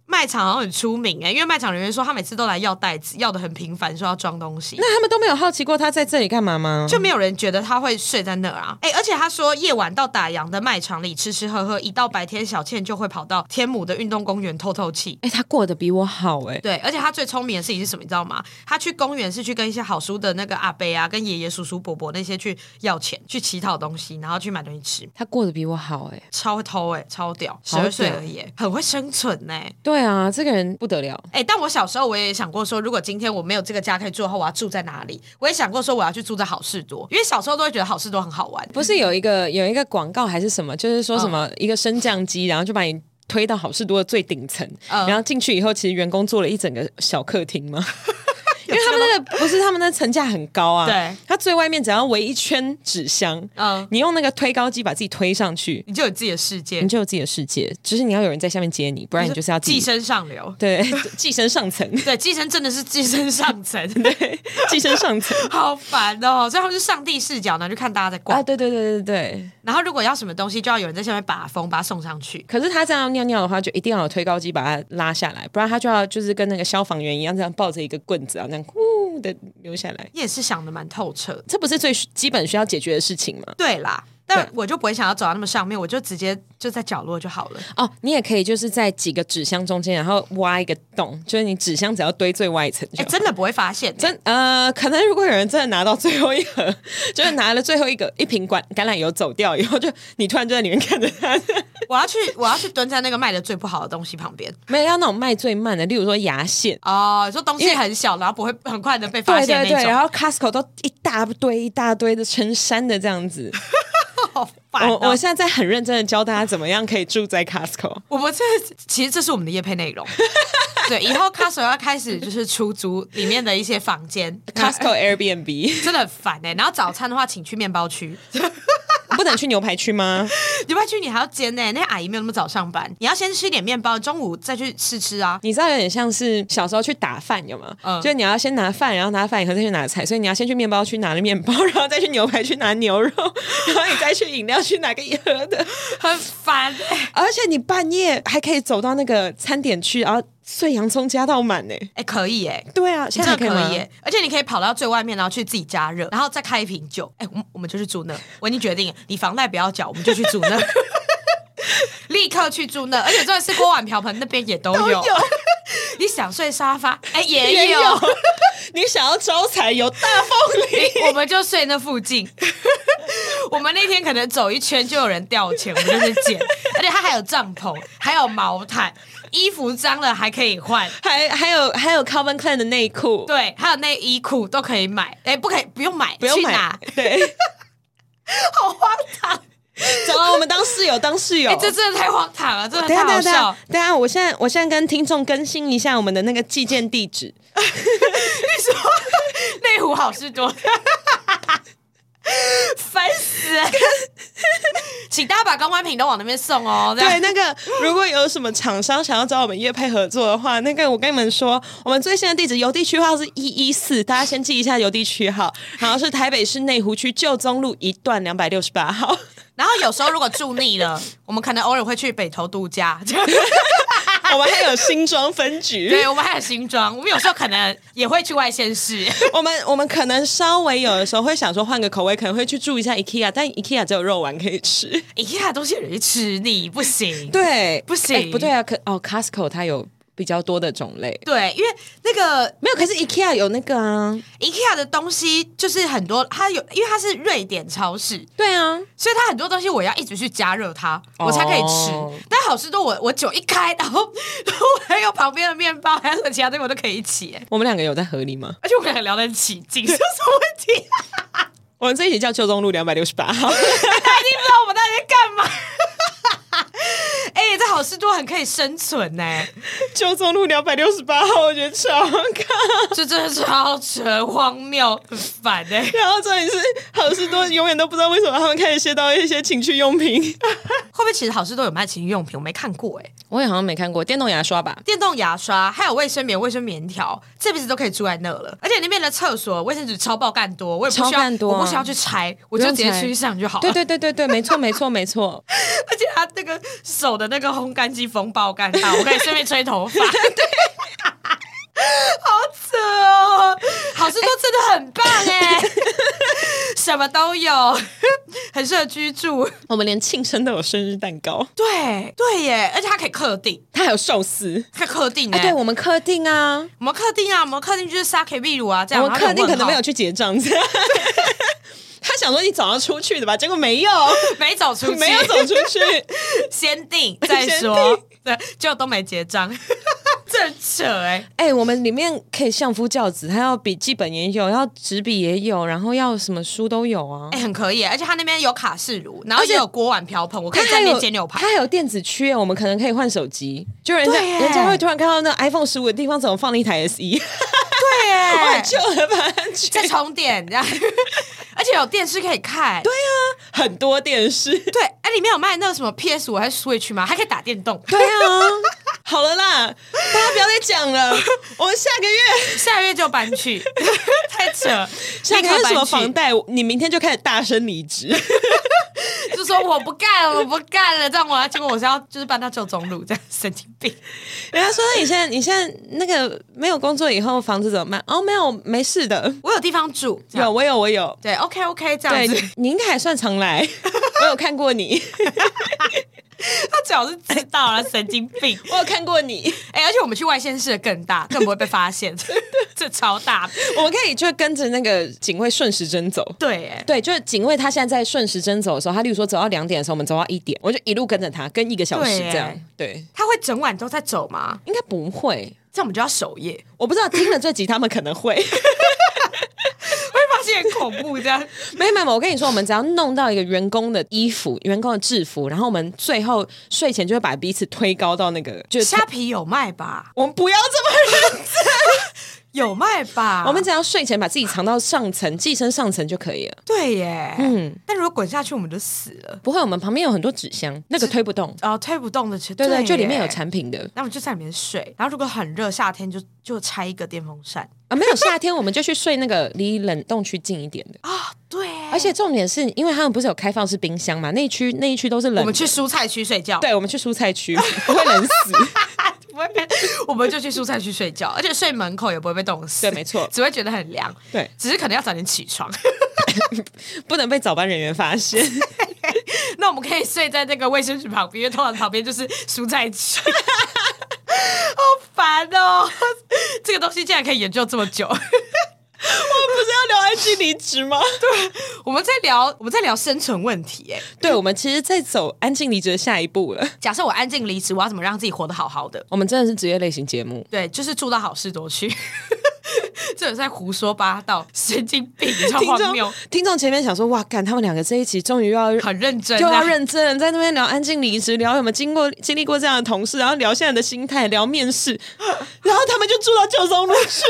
卖场好像很出名因为卖场人员说他每次都来要袋子，要的很频繁，说要装东西。 那他们都没有好奇过他在这里干嘛吗？ 就没有人觉得他会睡在那啊。而且他说夜晚到打烊的卖场里吃吃喝喝，一到白天小倩就会跑到天母的运动公园透透气。 他过得比我好对，而且他最聪明的事情是什么你知道吗？他去公园是去跟一些好书的那个阿伯啊，跟爷爷叔叔伯伯那些去要钱，去乞讨东西，然后去买东西吃。 他过得比我好超会偷超屌，12岁而已很会生存对啊，这个人不得了但我小时候我也想过说，如果今天我没有这个家可以住的话，我要住在哪里？我也想过说我要去住在好事多，因为小时候都会觉得好事多很好玩。 不是有一个广告还是什么，就是说什么一个升降机，然后就把你推到好事多的最顶层，然后进去以后，其实员工做了一整个小客厅吗？因为他们那个不是他们那层架很高啊， 对， 它最外面只要围一圈纸箱，你用那个推高机把自己推上去， 你就有自己的世界， 你就有自己的世界，只是你要有人在下面接你，不然你就是要寄生上流， 对，寄生上层， 对，寄生真的是寄生上层， 对，寄生上层， 好烦哦！所以他们是上帝视角呢，就看大家在逛啊，对。 然后如果要什么东西，就要有人在下面把风把它送上去。 可是他这样尿尿的话，就一定要有推高机把它拉下来，不然他就要就是跟那个消防员一样，这样抱着一个棍子啊，这样呼的流下来。 你也是想的蛮透彻， 这不是最基本需要解决的事情吗？ 对啦。但我就不会想要走到那么上面，我就直接就在角落就好了。 哦，你也可以就是在几个纸箱中间，然后挖一个洞，就是你纸箱只要堆最外一层就好。 真的不会发现可能如果有人真的拿到最后一盒，就是拿了最后一瓶橄榄油走掉以后，就你突然就在里面看着他。 我要去蹲在那个卖的最不好的东西旁边， 没有要那种卖最慢的，例如说牙线你说东西很小，然后不会很快的被发现那种。 对，然后 Costco 都一大堆的成山的这样子。 好烦我现在在很认真的教大家怎么样可以住在 Costco。 我们其实这是我们的业配内容。对，以后 Costco 要开始就是出租里面的一些房间 ，Costco Airbnb 真的很烦然后早餐的话，请去面包区。 不能去牛排区吗？ 牛排区你还要煎那阿姨没有那么早上班，你要先吃一点面包，中午再去试啊。 你知道有点像是小时候去打饭有吗？就是你要先拿饭，然后拿饭以后再去拿菜，所以你要先去面包区拿了面包，然后再去牛排区拿牛肉，然后你再去饮料区拿个一盒的， 很烦而且你半夜还可以走到那个餐点区，然后碎洋葱加到满可以对啊，现在可以而且你可以跑到最外面，然后去自己加热，然后再开一瓶酒。我们就去住那，我已经决定，你房贷不要缴，我们就去住那，立刻去住那。而且真的是锅碗瓢盆那边也都有。你想睡沙发，也有。 你想要招财有大凤梨， 我们就睡那附近。我们那天可能走一圈就有人掉钱，我们就去捡。而且它还有帐篷，还有毛毯。衣服脏了还可以换， 还有 Calvin Klein 的内裤， 对，还有内衣裤都可以买，不用买， 去拿， 对， 好荒唐。 走啊，我们当室友， 这真的太荒唐了，真的太好笑。 对啊，我现在跟听众更新一下我们的那个寄件地址。 你说内湖好事多。烦死了！请大家把公关品都往那边送哦。 对，那个如果有什么厂商想要找我们业配合作的话，那个我跟你们说，我们最新的地址邮地区号是114，大家先记一下邮地区号，然后是台北市内湖区旧宗路1段268号。 然后有时候如果住腻了，我们可能偶尔会去北投度假。 我们还有新庄分局， 对，我们还有新庄，我们有时候可能也会去外县市。 我们可能稍微有的时候会想说换个口味，可能会去住一下 IKEA， 但 IKEA 只有肉丸可以吃 ，IKEA 的东西容易吃腻，不行。 对， 不行， 不对啊，Costco 它有比较多的种类。 对，因为那个没有，可是 IKEA 有那个啊 ，IKEA 的东西就是很多，它有，因为它是瑞典超市， 对啊， 所以它很多东西我要一直去加热它，我才可以吃。但好事多我酒一开，然后还有旁边的面包，还有什么其他东西我都可以一起。 我们两个有在合理吗？ 而且我们两个聊得很起劲，是有什么问题？ 我们这一集叫旧中路268号， 他一定不知道我们到底在干嘛。在好事多很可以生存旧中路268号我觉得超可这真的超扯，荒谬，很烦欸。 然后重点是好事多永远都不知道为什么他们开始卸到一些情趣用品。 会不会其实好事多有卖情趣用品？我没看过欸。 我也好像没看过电动牙刷吧？ 电动牙刷，还有卫生棉、卫生棉条，这辈子都可以住在那了。而且那边的厕所卫生纸超爆干多，我也不需要， 超干多啊我不需要去拆，我就直接去上就好了。 对，没错。 而且它那个手的那个烘干机风爆干大，我可以顺便吹头发。对，好扯哦！好事多真的很棒哎，什么都有，很适合居住。 我们连庆生都有生日蛋糕， 对耶，而且它可以客定， 它还有寿司， 可以客定哎。 对，我们客定啊， 我们客定就是 sake 秘鲁啊，这样。 我们客定可能没有去结账。他想说你早上出去的吧，结果没有， 没走出去， 没有走出去， 先定再说，对，结果都没结账，这很扯哎。 我们里面可以相夫教子，还要笔记本也有，要纸笔也有，然后要什么书都有啊， 很可以，而且他那边有卡式炉，然后也有锅碗瓢盆，我可以在那边煎牛排。 它还有电子区，我们可能可以换手机，就人家会突然看到那 iPhone 15的地方怎么放了一台 SE。 对耶， 我很旧的把它在充电这样。而且有电视可以看， 对啊，很多电视， 对，里面有卖那个什么 PS5还是 Switch 吗？还可以打电动， 对啊，好了啦，大家不要再讲了，我们下个月就搬去，太扯， 下个月什么房贷，你明天就开始大声离职， 就说我不干了，这样结果我是要就是搬到旧中路，这样神经病。 人家说你现在那个没有工作以后房子怎么办？哦，没事的， 我有地方住， 我有， 对 OK 这样子， 对，你应该还算常来，我有看过你。 他最好是知道了，神经病！ 我有看过你， 而且我们去外县市的更大，更不会被发现，这超大。 我们可以就跟着那个警卫顺时针走， 对， 就是警卫他现在在顺时针走的时候，他例如说走到2点的时候，我们走到1点，我就一路跟着他，跟1个小时这样。对， 他会整晚都在走吗？ 应该不会， 这样我们就要守夜。 我不知道听了这集他们可能会。 会发现很恐怖这样。 没有，我跟你说，我们只要弄到一个员工的衣服、员工的制服，然后我们最后睡前就会把彼此推高到那个，就虾皮有卖吧？ 我们不要这么认真。 有卖吧？ 我们只要睡前把自己藏到上层，寄生上层就可以了。 对耶，但如果滚下去我们就死了。 不会，我们旁边有很多纸箱，那个推不动。 推不动的， 对，就里面有产品的。 那我们就在里面睡，然后如果很热，夏天就拆一个电风扇啊。没有夏天，我们就去睡那个离冷冻区近一点的啊。对， 而且重点是因为他们不是有开放式冰箱嘛，那一区都是冷的。 我们去蔬菜区睡觉。 对，我们去蔬菜区，不会冷死。 不会被，我们就去蔬菜区睡觉，而且睡门口也不会被冻死。 对，没错， 只会觉得很凉。 对， 只是可能要早点起床， 不能被早班人员发现。 那我们可以睡在那个卫生纸旁边，因为通常旁边就是蔬菜区。好烦哦！这个东西竟然可以研究这么久。 我们不是要聊安静离职吗？ 对，我们在聊生存问题。 对，我们其实在走安静离职的下一步了。 假设我安静离职，我要怎么让自己活得好好的？ 我们真的是职业类型节目。 对，就是住到好事多去。这人在胡说八道，神经病，超荒谬。 听众前面想说，哇，干，他们两个这一集终于要很认真， 就要认真，在那边聊安静离职，聊有没有经历过这样的同事，然后聊现在的心态，聊面试，然后他们就住到旧中路去。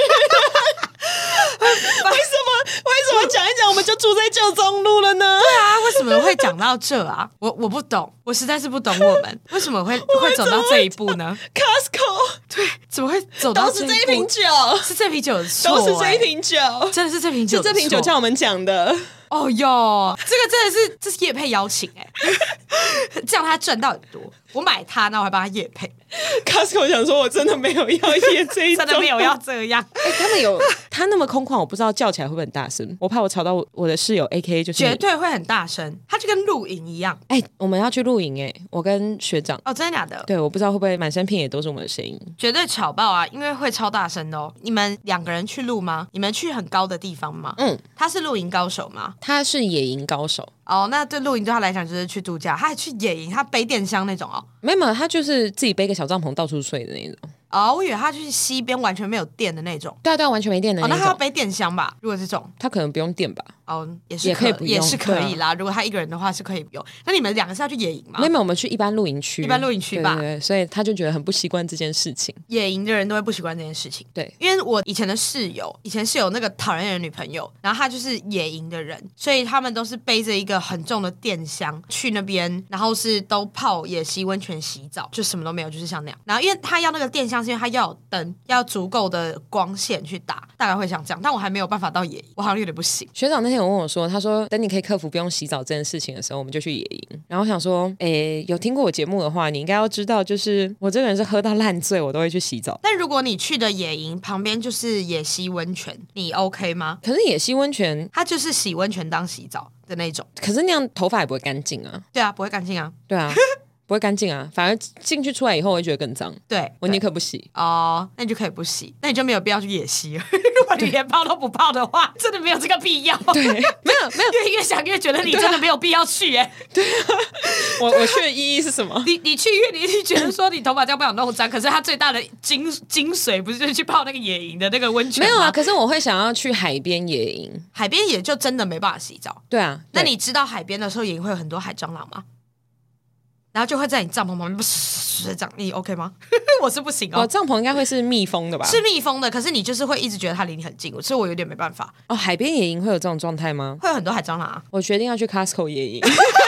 为什么讲一讲我们就住在旧中路了呢？ 对啊，为什么会讲到这啊？我不懂，我实在是不懂我们为什么会走到这一步呢 ？Costco 对，怎么会走到这一步？都是这一瓶酒， 是这瓶酒的错， 都是这一瓶酒， 真的是这瓶酒的错， 是这瓶酒叫我们讲的。 哦哟，这个真的是这是业配邀请这样他赚到很多，我买它，那我还帮他业配。 Costco 想说，我真的没有要业这一种， 真的没有要这样。 他那么空旷，我不知道叫起来会不会很大声，我怕我吵到我的室友 AKA 就是绝对会很大声，他就跟露营一样。 我们要去露营我跟学长。 哦，真的假的？ 对，我不知道会不会满山遍野都是我们的声音， 绝对吵爆啊，因为会超大声的哦。你们2个人去露吗？你们去很高的地方吗？他是露营高手吗？ 他是野营高手。 那对露营对他来讲就是去度假，他还去野营，他背电箱那种哦。 没有，他就是自己背个小帐篷到处睡的那种。 哦，我以为他去溪边完全没有电的那种。 对啊对啊，完全没电的那种。 那他要背电箱吧？如果这种， 他可能不用电吧？ 哦，也可以不用， 也是可以啦。如果他一个人的话是可以不用。那你们2个是要去野营吗？ 没有，我们去一般露营区。 一般露营区吧。 对，所以他就觉得很不习惯这件事情。 野营的人都会不习惯这件事情。 对， 因为我以前室友那个讨人厌的女朋友，然后他就是野营的人，所以他们都是背着一个很重的电箱去那边，然后是都泡野溪温泉洗澡，就什么都没有，就是像那样。然后因为他要那个电箱，是因为他要有灯，要足够的光线去打，大概会像这样。但我还没有办法到野营，我好像有点不行。 学长那天有问我说，他说等你可以克服不用洗澡这件事情的时候，我们就去野营。然后我想说，有听过我节目的话，你应该要知道，就是我这个人是喝到烂醉我都会去洗澡。 但如果你去的野营旁边就是野溪温泉，你 OK 吗？ 可是野溪温泉它就是洗温泉当洗澡的那种， 可是那样头发也不会干净啊。 对啊，不会干净啊。 对啊。不会干净啊，反而进去出来以后我会觉得更脏。 对， 我宁可不洗。 哦，那你就可以不洗，那你就没有必要去野溪了。如果你连泡都不泡的话，真的没有这个必要。 对，没有， 越想越觉得你真的没有必要去耶。 对啊，我去的意义是什么？ 你去，因为你一直觉得说你头发这样不想弄脏，可是它最大的精髓不是就是去泡那个野营的那个温泉吗？ 没有啊，可是我会想要去海边野营， 海边也就真的没办法洗澡。 对啊， 那你知道海边的时候野营会有很多海蟑螂吗？然后就会在你帐篷旁边这样，你 OK 吗？我是不行哦。 我帐篷应该会是密封的吧？ 是密封的，可是你就是会一直觉得它离你很近，所以我有点没办法。 哦，海边野营会有这种状态吗？ 会有很多海蟑螂啊。 我决定要去 Costco 野营。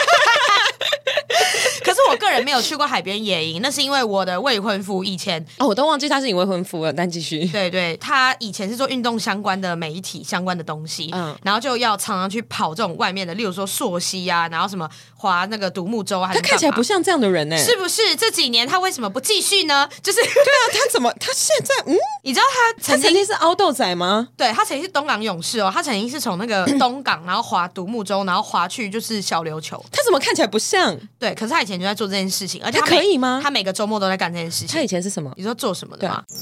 可是我个人没有去过海边野营，那是因为我的未婚夫以前我都忘记他是你未婚夫了，但继续。 对，他以前是做运动相关的媒体相关的东西，然后就要常常去跑这种外面的，例如说溯溪啊，然后什么划那个独木舟啊。 他看起来不像这样的人呢， 是不是？这几年他为什么不继续呢？就是对啊，他现在你知道他曾经是凹豆仔吗？ 对，他曾经是东港勇士哦，他曾经是从那个东港然后划独木舟，然后划去就是小琉球。 他怎么看起来不像？ 对，可是他以前就在做这件事情，而且他可以吗？ 他每个周末都在干这件事情。 他以前是什么？ 你说做什么的吗？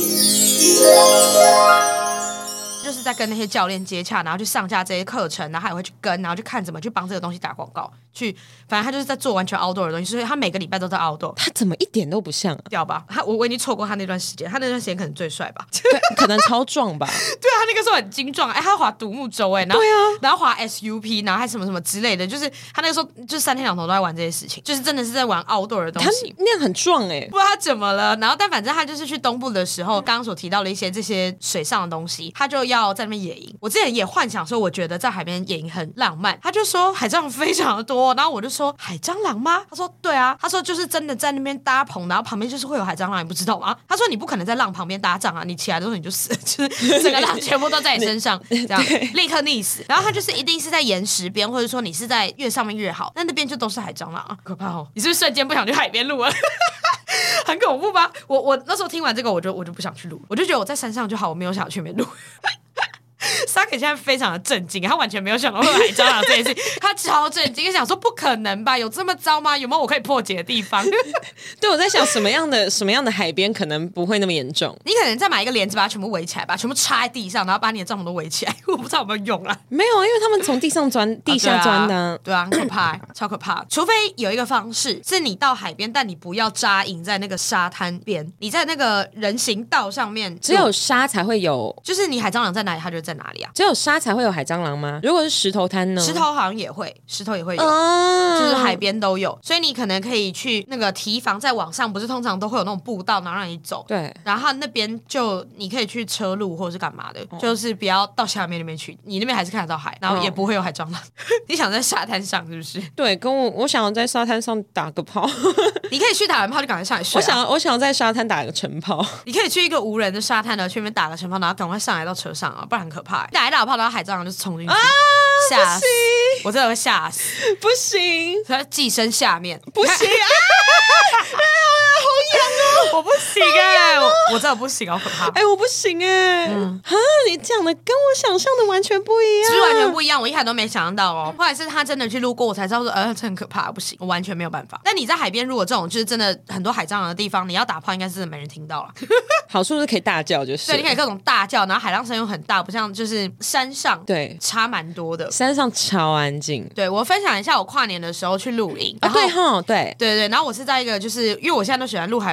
就是在跟那些教练接洽，然后去上架这些课程，然后还会去跟，然后去看怎么去帮这个东西打广告，反正他就是在做完全 outdoor 的东西，所以他每个礼拜都在 outdoor。 他怎么一点都不像啊？ 屌吧？我已经错过他那段时间，他那段时间可能最帅吧？ 对，可能超壮吧？ 对啊，他那个时候很精壮，他滑独木舟然后对啊，然后滑 SUP， 然后还什么什么之类的，就是他那个时候就是3天2头都在玩这些事情，就是真的是在玩 outdoor 的东西。 他那样很壮不知道他怎么了。然后但反正他就是去东部的时候，刚刚所提到的一些这些水上的东西，他就要在那边野营。我之前也幻想说，我觉得在海边野营很浪漫。他就说海蟑螂非常的多，然后我就说海蟑螂吗？他说对啊，他说就是真的在那边搭棚，然后旁边就是会有海蟑螂，你不知道吗？他说你不可能在浪旁边搭帐啊，你起来的时候你就死了，就是整个浪全部都在你身上，这样立刻溺死。然后他就是一定是在岩石边，或者说你是在越上面越好，那边就都是海蟑螂啊，可怕哦！你是不是瞬间不想去海边录了？很恐怖吧？我那时候听完这个，我就不想去录，我就觉得我在山上就好，我没有想去那边录。Saki 现在非常的震惊，他完全没有想到会有海蟑螂这件事，他超震惊，想说不可能吧，有这么糟吗？有没有我可以破解的地方？ 对，我在想什么样的海边可能不会那么严重？ 你可能再买一个帘子把它全部围起来吧，全部插在地上，然后把你的帐篷都围起来。我不知道有没有用啦。 没有，因为他们从地上钻，地下钻的。 对啊，很可怕，超可怕。除非有一个方式是你到海边，但你不要扎营在那个沙滩边，你在那个人行道上面， 只有沙才会有， 就是你海蟑螂在哪里，它就在哪里啊。 只有沙才会有海蟑螂吗？如果是石头滩呢？ 石头好像也会，石头也会有，就是海边都有，所以你可能可以去那个堤防，在网上不是通常都会有那种步道，然后让你走， 对， 然后那边就你可以去车路或者是干嘛的，就是不要到下面那边去，你那边还是看得到海，然后也不会有海蟑螂。你想在沙滩上是不是？ 对，跟我想要在沙滩上打个炮。 你可以去打完炮就赶快上来睡我想要在沙滩打个晨炮。 你可以去一个无人的沙滩呢，去那边打个晨炮，然后赶快上来到车上啊，不然很可怕。打一打炮，然后海蟑螂就冲进去，吓死！我真的会吓死， 不行， 它寄生下面， 不行啊！好痒哦！ 我不行我真的不行，好可怕！ 我不行你讲的跟我想象的完全不一样， 是不是完全不一样？我一开始都没想到哦，后来是他真的去路过，我才知道说，这很可怕，不行，我完全没有办法。但你在海边，如果这种就是真的很多海蟑螂的地方，你要打炮，应该是真的没人听到了。 好处是可以大叫，就是对，你可以各种大叫，然后海浪声又很大，不像就是山上， 对， 差蛮多的。 山上超安静。 对，我分享一下我跨年的时候去露营， 对， 对，然后我是在一个就是因为我现在都喜欢录海拔1000公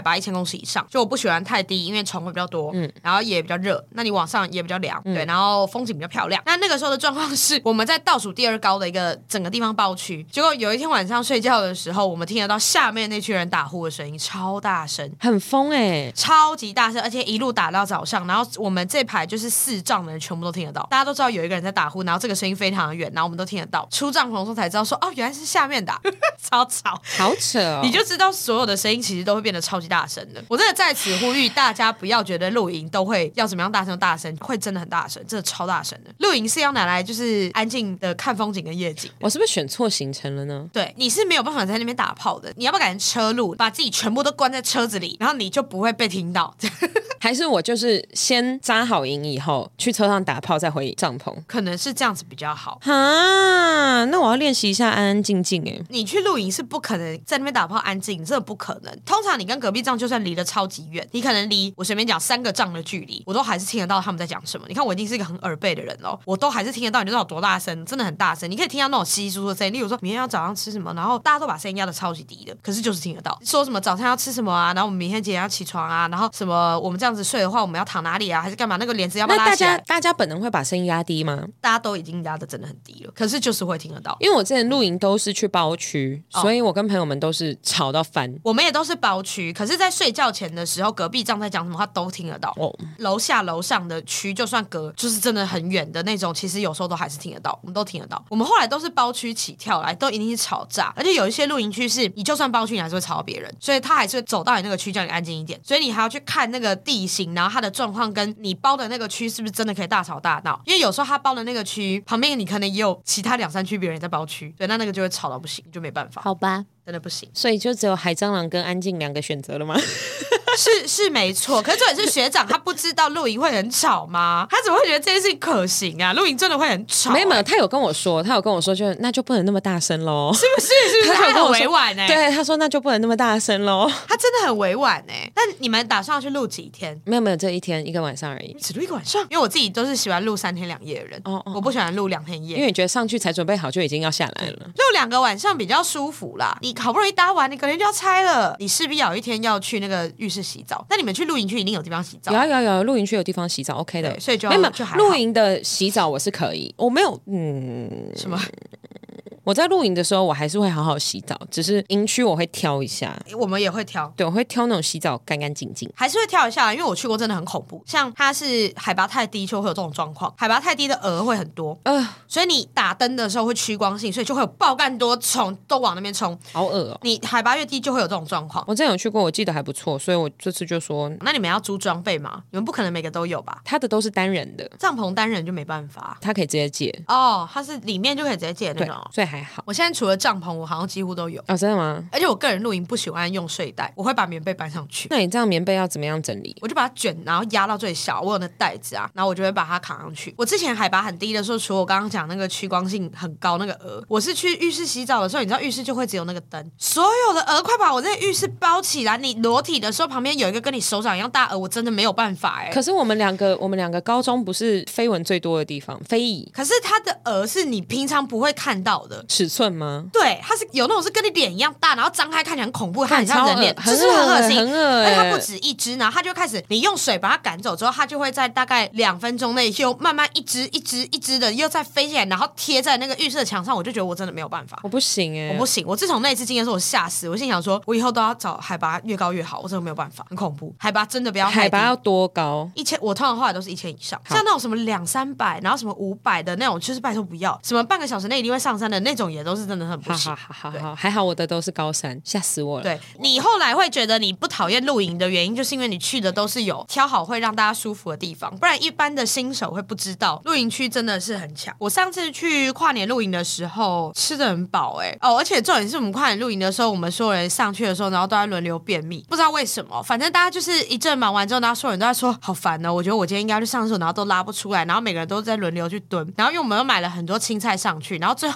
时以上，就我不喜欢太低，因为虫会比较多，然后也比较热，那你往上也比较凉，对，然后风景比较漂亮。那个时候的状况是我们在倒数第2高的一个整个地方包区，结果有一天晚上睡觉的时候，我们听得到下面那群人打呼的声音，超大声， 很疯超级大声，而且一路打到早上，然后我们这排就是4帐的人全部都听得到，大家都知道有一个人在打呼，然后这个声音非常的远，然后我们都听得到。出帐篷的时候才知道说，哦，原来是下面打，超吵， 好扯哦。 你就知道所有的声音其实都会变得超级大声的。我真的在此呼吁大家，不要觉得露营都会要怎么样大声就大声，会真的很大声，真的超大声的。露营是要拿来就是安静的看风景跟夜景。 我是不是选错行程了呢？ 对，你是没有办法在那边打炮的，你要不要改成车路，把自己全部都关在车子里，然后你就不会被听到。 还是我就是先扎好营以后去车上打炮再回帐篷？ 可能是这样子比较好。 哈，那我要练习一下安安静静你去露营是不可能在那边打炮安静，真的不可能。通常你跟隔壁帐就算离得超级远，你可能离我随便讲3个帐的距离，我都还是听得到他们在讲什么。你看我已经是一个很耳背的人了，我都还是听得到，你就知道有多大声，真的很大声。你可以听到那种稀稀疏疏的声音，例如说明天要早上吃什么，然后大家都把声音压得超级低的，可是就是听得到。说什么早餐要吃什么啊，然后我们明天几点要起床啊，然后什么我们这样子睡的话，我们要躺哪里啊，还是干嘛？那个帘子要不要拉起来？ 大家本能会把声音压低吗？ 大家都已经压得真的很低了，可是就是会听得到。 因为我之前露营都是去包区，所以我跟朋友们都是吵到翻。 我们也都是包区，可是在睡觉前的时候，隔壁帐在讲什么话都听得到。楼下楼上的区就算隔就是真的很远的那种，其实有时候都还是听得到，我们都听得到。我们后来都是包区起跳来，都一定是吵炸，而且有一些露营区是你就算包区你还是会吵到别人，所以他还是会走到你那个区叫你安静一点，所以你还要去看那个地形，然后它的状况跟你包的那个区是不是真的可以大吵大闹，因为有时候他包的那个区旁边你可能也有其他2-3区别人在包区，对，那个就会吵到不行，就没办法。 好吧， 真的不行， 所以就只有海蟑螂跟安静2个选择了吗？ 是没错，可是重点是学长他不知道露营会很吵吗？他怎么会觉得这件事情可行啊？露营真的会很吵？ 没有，他有跟我说，就那就不能那么大声咯， 是不是？他很委婉对，他说那就不能那么大声咯， 他真的很委婉那你们打算要去录几天？ 没有，这一天1个晚上而已， 只录1个晚上。因为我自己都是喜欢录3天2夜的人，我不喜欢录2天1夜， 因为你觉得上去才准备好就已经要下来了， 录2个晚上比较舒服啦。你好不容易搭完，你隔天就要拆了，你势必要有一天要去那个浴室洗澡。那你们去露营区一定有地方洗澡？ 有，露营区有地方洗澡 OK 的， 所以就没有就还好。 露营的洗澡我是可以，我没有什么。 我在露营的时候，我还是会好好洗澡，只是营区我会挑一下。 我们也会挑， 对，我会挑那种洗澡干干净净， 还是会挑一下，因为我去过真的很恐怖。像它是海拔太低，就会有这种状况。海拔太低的蛾会很多，所以你打灯的时候会趋光性，所以就会有爆干多虫都往那边冲， 好恶哦。 你海拔越低就会有这种状况。 我之前有去过，我记得还不错，所以我这次就说， 那你们要租装备吗？你们不可能每个都有吧？ 他的都是单人的， 帐篷单人就没办法， 他可以直接借它是里面就可以直接借那种， 所以还好。 我现在除了帐篷，我好像几乎都有。 真的吗？ 而且我个人露营不喜欢用睡袋，我会把棉被搬上去。 那你这样棉被要怎么样整理？ 我就把它卷，然后压到最小，我有那袋子啊，然后我就会把它扛上去。我之前海拔很低的时候，除了我刚刚讲那个趋光性很高那个蛾，我是去浴室洗澡的时候，你知道浴室就会只有那个灯，所有的蛾快把我那个浴室包起来。你裸体的时候，旁边有一个跟你手掌一样大蛾，我真的没有办法可是我们两个高中不是飞蚊最多的地方，飞蚁。 可是它的蛾是你平常不会看到的尺寸吗？ 对，它是有那种是跟你脸一样大，然后张开看起来很恐怖，它很像人脸， 很就是很恶心， 很恶而且它不止一只，然后它就开始，你用水把它赶走之后，它就会在大概2分钟内又慢慢一只的又再飞起来，然后贴在那个浴室的墙上。我就觉得我真的没有办法， 我不行我不行。我自从那一次经验的时候，我吓死，我心想说，我以后都要找海拔越高越好，我真的没有办法，很恐怖。海拔真的不要太低， 海拔要多高 ？1000，我通常后来都是1000以上，像那种什么200-300，然后什么500的那种，就是拜托不要，什么半个小时内一定会上山的那种，也都是真的很不行。 好，还好我的都是高山，吓死我了。 对，你后来会觉得你不讨厌露营的原因，就是因为你去的都是有挑好会让大家舒服的地方，不然一般的新手会不知道露营区真的是很强。我上次去跨年露营的时候吃得很饱而且重点是我们跨年露营的时候，我们所有人上去的时候，然后都在轮流便秘，不知道为什么，反正大家就是一阵忙完之后，然后所有人都在说好烦哦，我觉得我今天应该去上厕所，然后都拉不出来，然后每个人都在轮流去蹲，然后因为我们又买了很多青菜上去，然后最后很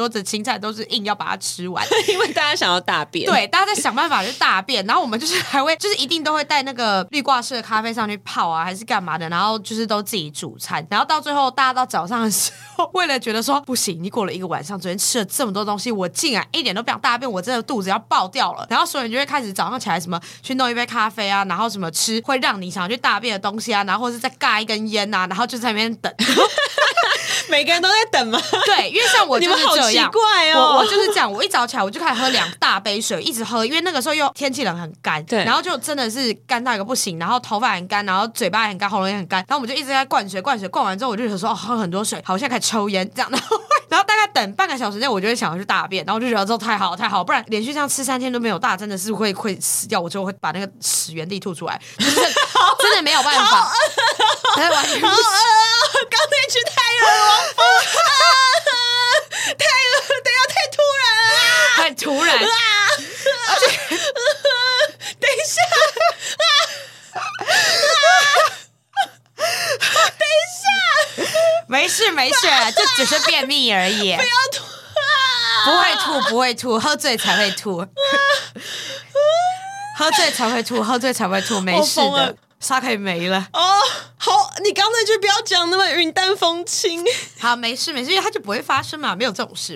桌子青菜都是硬要把它吃完， 因为大家想要大便， 对，大家在想办法去大便，然后我们就是还会就是一定都会带那个滤挂式的咖啡上去泡啊，还是干嘛的，然后就是都自己煮餐，然后到最后大家到早上的时候，为了觉得说不行，你过了一个晚上，昨天吃了这么多东西，我竟然一点都不想大便，我真的肚子要爆掉了，然后所有人就会开始早上起来什么去弄一杯咖啡啊，然后什么吃会让你想要去大便的东西啊，然后或是再尬一根烟啊，然后就在那边等。 每个人都在等吗？ 对，因为像我就是这样， 你们好奇怪哦。 我就是这样，我一早起来我就开始喝2大杯水，一直喝，因为那个时候又天气冷很干， 对， 然后就真的是干到一个不行，然后头发很干，然后嘴巴也很干，喉咙也很干，然后我们就一直在灌水，灌完之后我就觉得说喝很多水，好，我现在开始抽烟这样，然后大概等半个小时内我就会想要去大便，然后我就觉得之后太好太好，不然连续这样吃3天都没有大，真的是会死掉，我就会把那个屎原地吐出来，就是真的没有办法，完全不行。 刚那句太恶了，太恶了，等一下太突然了， 太突然而且等一下等一下， 没事，就只是便秘而已， 不要吐啊！ 不会吐，喝醉才会吐，喝醉才会吐，没事的。沙可以没了哦，好，你刚那句不要讲那么云淡风轻。 好，没事，因为它就不会发生嘛，没有这种事。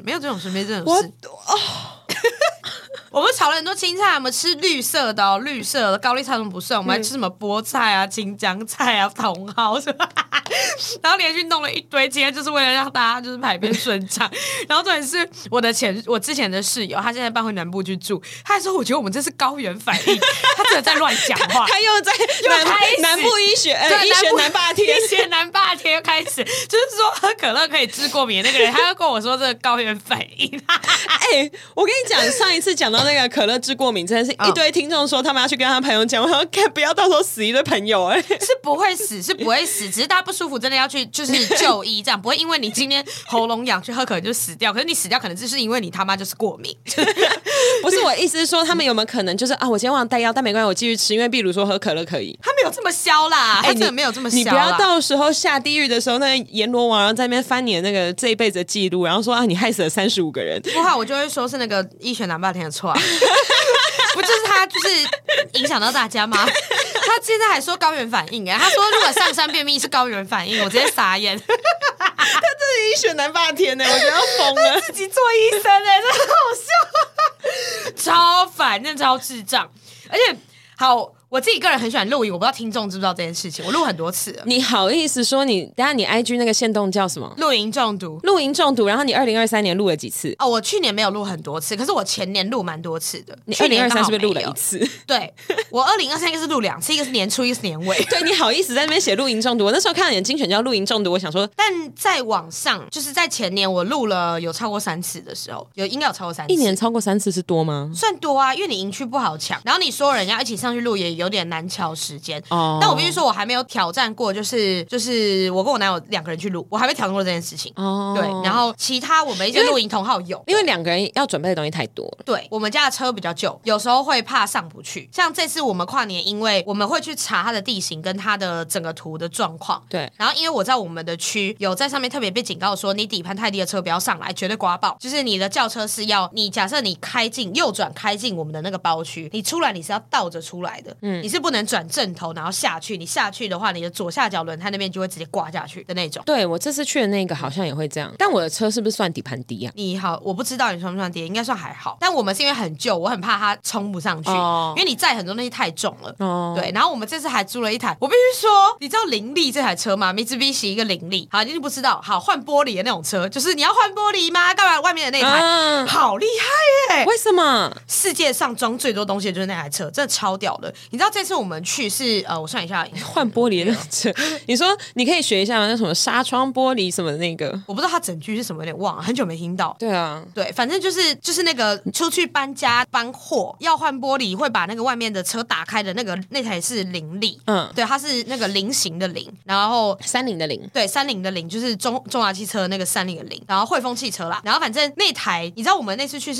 我们炒了很多青菜，我们吃绿色的绿色的高丽菜都不剩，我们还吃什么菠菜啊、青江菜啊、茼蒿是吧？然后连续弄了一堆，今天就是为了让大家就是排便顺畅。然后重点是我之前的室友，他现在搬回南部去住，他还说我觉得我们这是高原反应，他真的在乱讲话， 他又在南部医学南霸天， 医学南霸天又开始，就是说喝可乐可以治过敏的那个人，他又跟我说这个高原反应。 我跟你讲，上一次讲到那个可乐治过敏，真的是一堆听众说他们要去跟他朋友讲，我说看不要到时候死一堆朋友是不会死，只是大家不舒服，真的要去就是就医，这样不会因为你今天喉咙痒去喝可能就死掉，可是你死掉可能就是因为你他妈就是过敏。 不是，我意思是说他们有没有可能就是啊，我今天忘了带药，但没关系，我继续吃，因为比如说喝可乐可以。 他没有这么消啦，他真的没有这么消啦。 你不要到时候下地狱的时候，那个阎罗王然后在那边翻你的那个这一辈子的记录，然后说啊，你害死了35个人。 不好，我就会说是那个医学南霸天的错啊。不就是他就是影响到大家吗？他现在还说高原反应他说如果上山便秘是高原反应，我直接傻眼。 他这是医学南霸天我觉得要疯了。 自己做医生真的好笑，超烦，真的超智障，而且好。我自己个人很喜欢露营，我不知道听众知不知道这件事情，我录很多次了。 你好意思说你？等一下你 IG 那个限动叫什么？ 露营中毒。 露营中毒，然后你2023年录了几次？ 哦，我去年没有录很多次，可是我前年录蛮多次的。 你2023是不是录了1次？ 对，我2023一个是录2次，一个是年初，一个是年尾。 对，你好意思在那边写露营中毒？我那时候看到你的精选叫露营中毒，我想说， 但在网上就是在前年我录了有超过3次的时候，应该有超过3次。 一年超过3次是多吗？ 算多啊，因为你营区不好抢，然后你所有人要一起上去录也有点难抢时间。但我必须说，我还没有挑战过，就是我跟我男友2个人去录，我还没挑战过这件事情。对，然后其他我们一些露营同好有， 因为2个人要准备的东西太多了。 对，我们家的车比较旧，有时候会怕上不去。像这次我们跨年，因为我们会去查它的地形跟它的整个图的状况。 对， 然后因为我在我们的区有在上面特别被警告说，你底盘太低的车不要上来，绝对刮爆。就是你的轿车是要你假设你右转开进我们的那个包区，你出来你是要倒着出来的，你是不能转正头然后下去。你下去的话，你的左下角轮胎那边就会直接挂下去的那种。 对，我这次去的那个好像也会这样，但我的车是不是算底盘低啊？ 你好，我不知道你算不算低，应该算还好。但我们是因为很旧，我很怕它冲不上去，因为你载很多东西太重了。对，然后我们这次还租了一台，我必须说，你知道凌力这台车吗？Mitsubishi一个凌力，好，你不知道，好换玻璃的那种车，就是你要换玻璃吗？干嘛？外面的那台，好厉害耶！ 为什么？ 世界上装最多东西的就是那台车，真的超屌的。你知道这次我们去是我算一下， 换玻璃的那种车。你说你可以学一下吗？那什么纱窗玻璃什么的那个， 我不知道它整句是什么，有点忘了，很久没听到。 对啊， 对，反正就是那个出去搬家搬货要换玻璃，会把那个外面的车打开的那台是凌力，对，它是那个菱形的菱，然后 30的菱， 对，30的菱就是中华汽车那个30的菱，然后汇丰汽车啦，然后反正那台你知道我们那次去是11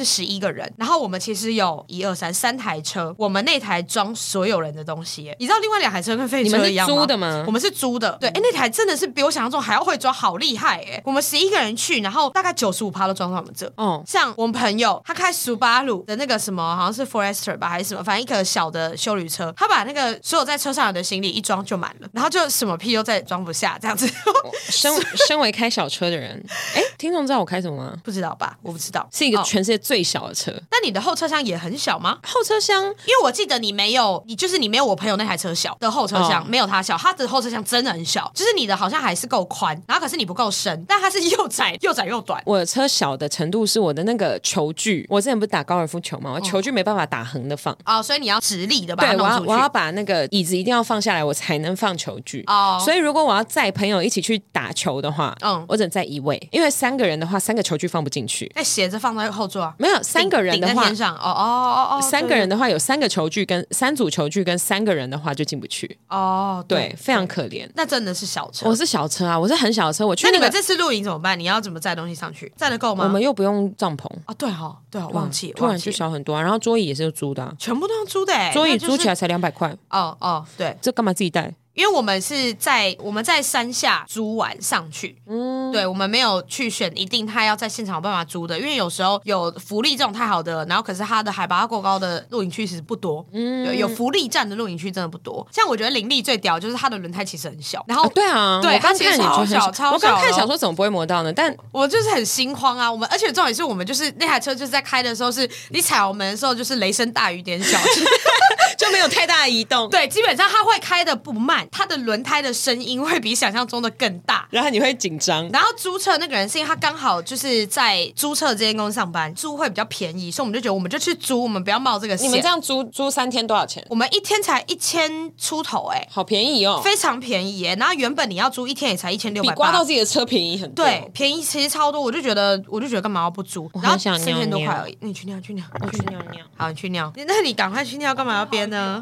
个人，然后我们其实有3台车，我们那台装所有人的东西耶。你知道另外2台车跟废车一样吗？ 你们是租的吗？ 我们是租的。对，那台真的是比我想象中还要会装，好厉害耶！我们11个人去，然后大概95%都装到我们这。像我们朋友他开Subaru的那个什么，好像是 Forester 吧还是什么，反正一个小的休旅车，他把那个所有在车上的行李一装就满了，然后就什么屁都再装不下这样子。 身为开小车的人，听众知道我开什么吗？ 不知道吧？我不知道， 是一个全世界最小的车。 那你的后车厢也很小吗？ 后车厢，因为我记得你没有我朋友那台车小的后车厢，没有他小，他的后车厢真的很小，就是你的好像还是够宽，然后可是你不够深，但它是又窄又短。 我的车小的程度是我的那个球具，我之前不是打高尔夫球吗？我球具没办法打横的放所以你要直立的把它弄出去。 对，我要把那个椅子一定要放下来，我才能放球具。所以如果我要载朋友一起去打球的话，我只能载一位，因为3个人的话，3个球具放不进去。 那斜着放在后座啊？ 没有，3个人的话， 顶在天上。 3个人的话有3个球具跟3组球具跟3个人的话就进不去。对，非常可怜。 那真的是小车。 我是小车啊，我是很小的车。我去那你们这次露营怎么办？你要怎么载东西上去？载得够吗？ 我们又不用帐篷对，忘记突然就小很多然后桌椅也是租的全部都用租的桌椅租起来才200块。 对， 这干嘛自己带？ 因为我们在山下租完上去，对，我们没有去选一定他要在现场有办法租的，因为有时候有福利这种太好的，然后可是它的海拔过高的露营区其实不多，有福利站的露营区真的不多。像我觉得林立最屌就是它的轮胎其实很小，然后对啊， 对， 它其实超小， 我刚看想说怎么不会磨到呢？但我就是很心慌啊。而且重点是我们就是那台车就是在开的时候，是你踩油门的时候就是雷声大雨点小。 就没有太大的移动， 对，基本上它会开的不慢，它的轮胎的声音会比想象中的更大， 然后你会紧张。 然后租车那个人是因为他刚好就是在租车这间公司上班，租会比较便宜，所以我们就觉得我们就去租，我们不要冒这个险。 你们这样租3天多少钱？ 我们1天才1000出头好便宜哦， 非常便宜然后原本你要租1天也才1600， 比刮到自己的车便宜很多。 对，便宜其实超多，我就觉得干嘛要不租？ 然后 4000多块而已，你去尿， 我去尿。 好，你去尿，那你赶快去尿，干嘛要编呢？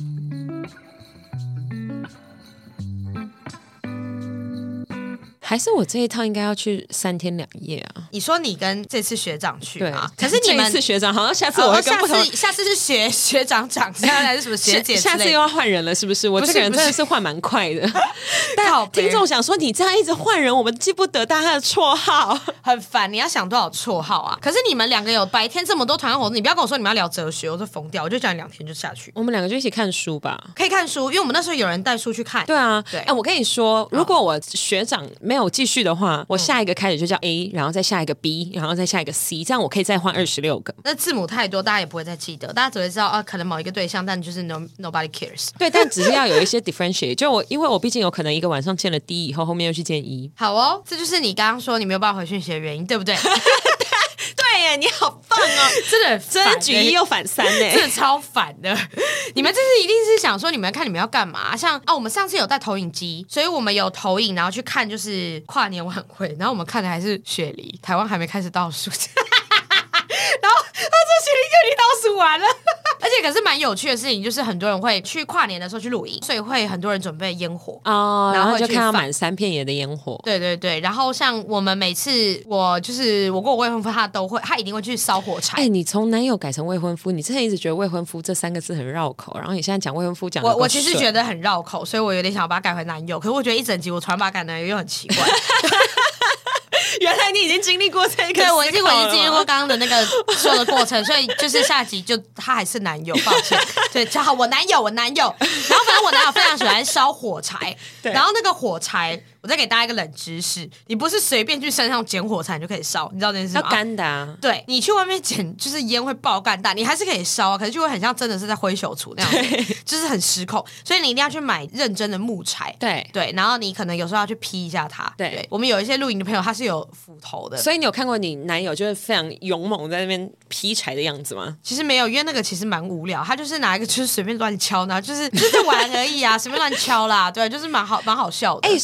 还是我这一趟应该要去3天2夜啊？ 你说你跟这次学长去吗？ 可是你们这一次学长好像下次我会跟不同， 下次是学长长，还是什么学姐之类的？ 下次又要换人了，是不是？我这个人真的是换蛮快的。但听众想说你这样一直换人，我们记不得大家的绰号， 很烦。你要想多少绰号啊？可是你们2个有白天这么多团活动，你不要跟我说你们要聊哲学，我就疯掉。我就讲2天就下去。 我们2个就一起看书吧， 可以看书，因为我们那时候有人带书去看。 对啊，对。我跟你说，如果我学长没有继续的话，我下一个开始就叫 A， 然后再下一个 B， 然后再下一个 C， 这样我可以再换26个。 那字母太多，大家也不会再记得，大家只会知道可能某一个对象，但就是 nobody cares。 对，但只是要有一些 differentiate。就因为我毕竟有可能一个晚上见了 D 以后，后面又去见 E。 好哦，这就是你刚刚说你没有办法回讯息的原因，对不对？ 对耶，你好棒哦，真的举1又反3耶， 真的超烦的。你们这次一定是想说你们看你们要干嘛？像我们上次有带投影机，所以我们有投影，然后去看就是跨年晚会，然后我们看的还是雪梨，台湾还没开始倒数。然后这雪梨就已经倒数完了。而且可是蛮有趣的事情，就是很多人会去跨年的时候去露营，所以会很多人准备烟火然后就看到满3片野的烟火。 对对对，然后像我们每次我跟我未婚夫他一定会去烧火柴。 你从男友改成未婚夫，你之前一直觉得未婚夫这3个字很绕口，然后你现在讲未婚夫讲我其实觉得很绕口，所以我有点想要把它改回男友，可是我觉得一整集我突然把它改男友又很奇怪。 原来你已经经历过这个， 对，我已经经历过刚刚的那个说的过程，所以就是下集就他还是男友，抱歉，对，就好，我男友，然后反正我男友非常喜欢烧火柴，然后那个火柴，我再给大家一个冷知识，你不是随便去山上捡火柴你就可以烧，你知道这件事吗？ 要干的啊， 对，你去外面捡就是烟会爆干大，你还是可以烧啊，可是就会很像真的是在挥手厨那样子，就是很失控，所以你一定要去买认真的木柴，对，然后你可能有时候要去劈一下它，对，我们有一些露营的朋友他是有斧头的， 所以你有看过你男友就是非常勇猛在那边劈柴的样子吗？ 其实没有，因为那个其实蛮无聊，他就是拿一个就是随便乱敲，然后就是在玩而已啊，随便乱敲啦，对，就是蛮好笑的。 所以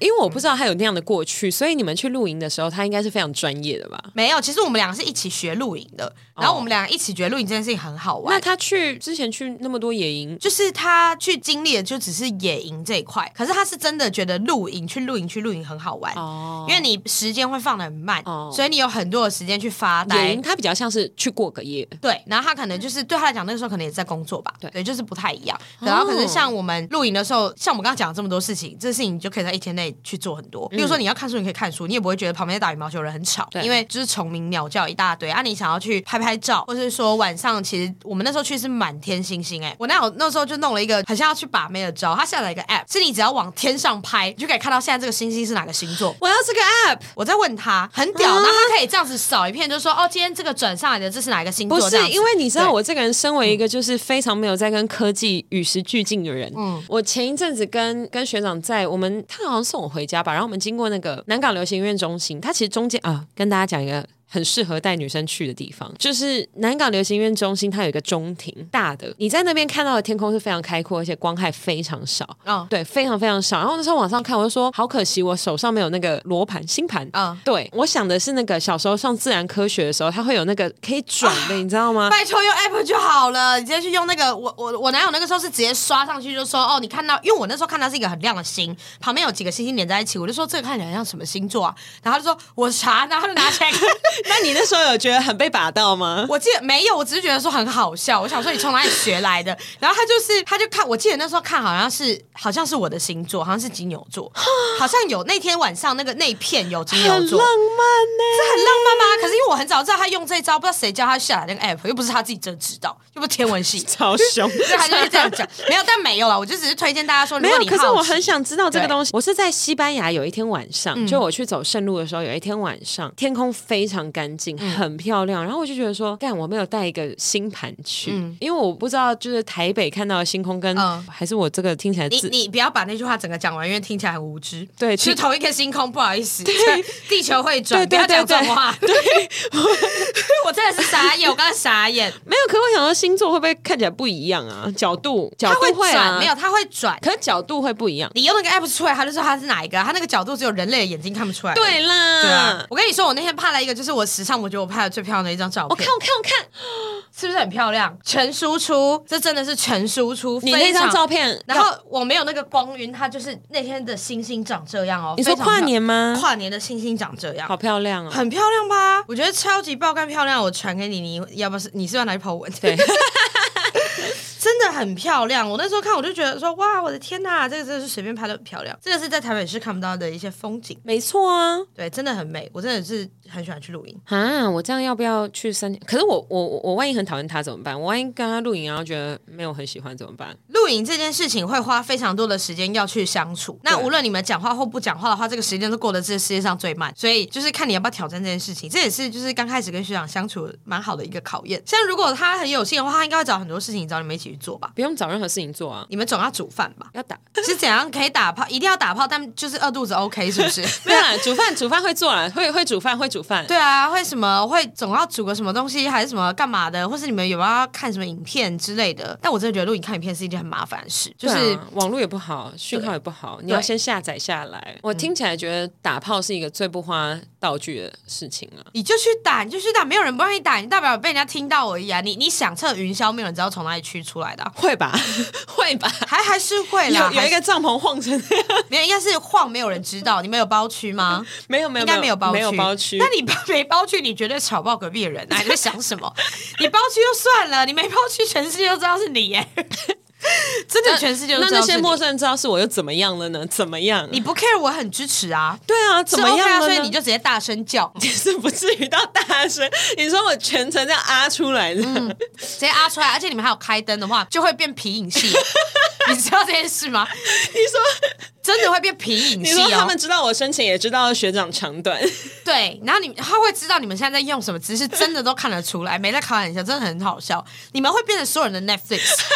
因为我不知道他有那样的过去，所以你们去露营的时候，他应该是非常专业的吧？ 没有，其实我们两个是一起学露营的，然后我们两个一起觉得露营这件事情很好玩。 那他之前去那么多野营， 就是他去经历的就只是野营这一块，可是他是真的觉得去露营很好玩哦，因为你时间会放得很慢哦，所以你有很多的时间去发呆。 野营他比较像是去过个夜， 对，然后他可能就是对他来讲那个时候可能也在工作吧，对，就是不太一样。然后可是像我们露营的时候，像我们刚刚讲了这么多事情，这事情你就可以在一天内去做很多。比如说你要看书，你可以看书，你也不会觉得旁边在打羽毛球的人很吵，因为就是虫鸣鸟叫一大堆啊。你想要去拍照，或是说晚上，其实我们那时候去是满天星星我那时候就弄了一个很像要去把妹的招，他下载一个 app， 是你只要往天上拍，你就可以看到现在这个星星是哪个星座。 我要这个 app， 我在问他，很屌，然后他可以这样子扫一片，就说哦，今天这个转上来的这是哪一个星座？ 不是，因为你知道我这个人身为一个就是非常没有在跟科技与时俱进的人，我前一阵子跟学长在他好像送我回家吧，然后我们经过那个南港流行音乐中心，它其实中间跟大家讲一个很适合带女生去的地方，就是南港流行音乐中心，它有一个中庭大的，你在那边看到的天空是非常开阔，而且光害非常少，对，非常非常少。然后那时候往上看，我就说好可惜，我手上没有那个罗盘星盘，对，我想的是那个小时候上自然科学的时候，它会有那个可以转的，你知道吗？ 拜托用 app 就好了，你直接去用那个。我男友那个时候是直接刷上去，就说哦，你看到，因为我那时候看到是一个很亮的星，旁边有几个星星连在一起，我就说这个看起来像什么星座啊？然后他就说我查，然后他就拿起来看。 那你那时候有觉得很被把到吗？ 我记得没有，我只是觉得说很好笑。我想说你从哪里学来的？然后他就看，我记得那时候看好像是我的星座，好像是金牛座，好像有那天晚上那一片有金牛座， 很浪漫呢， 这很浪漫吗？可是因为我很早知道他用这一招，不知道谁教他下载那个 app， 又不是他自己真知道，又不是天文系， 超凶， 所以他就会这样讲。没有，但没有啦，我就只是推荐大家说，如果你好奇， 可是我很想知道这个东西。我是在西班牙有一天晚上，就我去走圣路的时候，有一天晚上天空非常干净，很漂亮。然后我就觉得说，我没有带一个星盘去，因为我不知道就是台北看到的星空跟还是我这个听起来你不要把那句话整个讲完，因为听起来很无知。 对， 是同一个星空，不好意思，地球会转，不要讲这种话。对，我真的是傻眼，我刚才傻眼。 没有，可我想说星座会不会看起来不一样啊？角度会转，没有，它会转， 可是角度会不一样。 你用那个 app 出来，他就说它是哪一个，它那个角度只有人类的眼睛看不出来。 对啦， 对啊。我跟你说，我那天拍了一个，就是我史上我觉得我拍的最漂亮的一张照片。 我看， 是不是很漂亮？全输出，这真的是全输出。 你那张照片， 然后我没有那个光晕，它就是那天的星星长这样哦。 你说跨年吗？ 跨年的星星长这样， 好漂亮哦， 很漂亮吧？我觉得超级爆肝漂亮，我传给你，你要不是你是要拿去po文？ 对。 真的很漂亮，我那时候看我就觉得说，哇，我的天哪，这个真的是随便拍的很漂亮，这个是在台北市看不到的一些风景。 没错啊， 对，真的很美，我真的是很喜欢去露营啊。我这样要不要去3天？可是我万一很讨厌他怎么办？我万一跟他露营然后觉得没有很喜欢怎么办？ 露营这件事情会花非常多的时间要去相处，那无论你们讲话或不讲话的话，这个时间都过得这世界上最慢，所以就是看你要不要挑战这件事情。这也是就是刚开始跟学长相处蛮好的一个考验。像如果他很有心的话，他应该会找很多事情找你们一起去做吧？ 不用找任何事情做啊， 你们总要煮饭吧？ 要打是怎样可以打炮？一定要打炮，但就是饿肚子 OK 是不是？ 没有啦，煮饭会做啦，会煮饭。 对啊，会什么会总要煮个什么东西，还是什么干嘛的？或是你们有没有要看什么影片之类的？但我真的觉得录影看影片是一件很麻烦的事，就是网络也不好，讯号也不好，你要先下载下来。我听起来觉得打炮是一个最不花道具的事情啊。 你就去打，没有人不让你打，你代表被人家听到而已啊。你响彻云霄，没有人知道从哪里驱出来的会吧？会吧？ 还是会啦。 有一个帐篷晃成那样， 没有，应该是晃，没有人知道。你们有包区吗？ 没有， 应该没有包区。 没有包区。 那你没包区，你绝对吵爆隔壁的人啊！你在想什么？你包区就算了，你没包区，全世界都知道是你耶。真的全世界都知道是你。 那些陌生人知道是我又怎么样了呢？怎么样？ 你不 care 我很支持啊。 对啊，怎么样了呢？ 所以你就直接大声叫， 其实不至于到大声。你说我全程这样啊出来的， 直接啊出来，而且你们还有开灯的话，就会变皮影戏。你知道这件事吗？ 你说真的会变皮影戏哦。 你说他们知道我深浅，也知道学长长短。 对，然后他会知道你们现在在用什么姿势，真的都看得出来，没在开玩笑，真的很好笑。你们会变成所有人的 Netflix。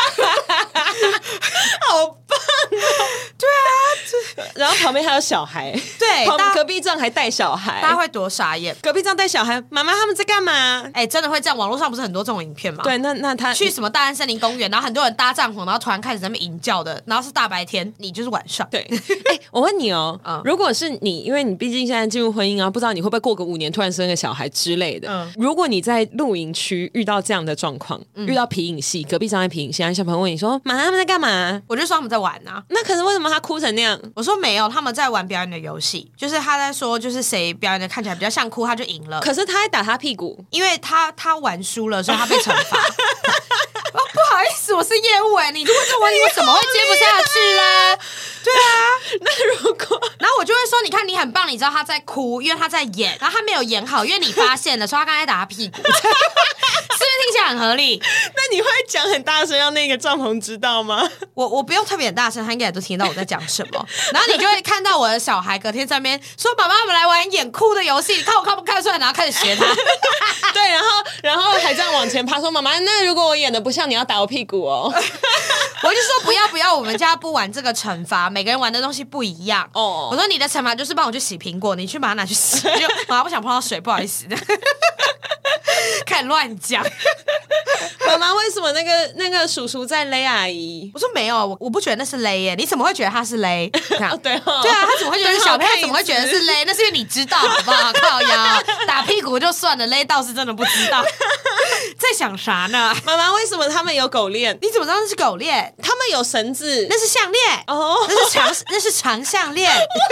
好棒哦！对啊，然后旁边还有小孩， 对， 隔壁帐还带小孩， 大家会多傻眼。 隔壁帐带小孩，妈妈他们在干嘛？ 真的会这样。网络上不是很多这种影片吗？ 对，那他去什么大安森林公园，然后很多人搭帐篷，然后突然开始在那边吟觉的，然后是大白天，你就是晚上。 对，我问你哦，如果是你，因为你毕竟现在进入婚姻啊，不知道你会不会过个5年突然生个小孩之类的。如果你在露营区遇到这样的状况，遇到皮影戏，隔壁站在皮影戏，小朋友问你说：“妈，他们在干嘛？” 我就说他们在玩啊。 那可是为什么他哭成那样？ 我说没有，他们在玩表演的游戏，就是他在说，就是谁表演的看起来比较像哭，他就赢了。 可是他还打他屁股， 因为他玩输了，所以他被惩罚。不好意思，我是业务你就问这问题，我怎么会接不下去啦？对啊， 那如果， 然后我就会说，你看你很棒，你知道他在哭，因为他在演，然后他没有演好，因为你发现了，说他刚才打他屁股，是不是听起来很合理？ 那你会讲很大声，让那个帐篷知道吗？ 我不用特别很大声，他应该也都听到我在讲什么。然后你就会看到我的小孩隔天在那边说：“爸爸，我们来玩演哭的游戏，你看我看不看得出来？”然后开始学他。 对，然后还这样往前爬，说：“妈妈，那如果我演的不像，你要打我屁股哦。” 我就说不要，我们家不玩这个惩罚，每个人玩的东西不一样。我说你的惩罚就是帮我去洗苹果，你去把它拿去洗。就妈妈不想碰到水，不好意思。开始乱讲。 妈妈，为什么那个叔叔在勒阿姨？ 我说没有，我不觉得那是勒耶，你怎么会觉得他是勒？ 对啊， 他怎么会觉得是小朋友怎么会觉得是勒？那是因为你知道好不好？靠腰打屁股就算了，勒倒是真的不知道。在想啥呢？ 妈妈，为什么他们有狗链？ 你怎么知道那是狗链？ 他们有绳子， 那是项链哦，那是长项链。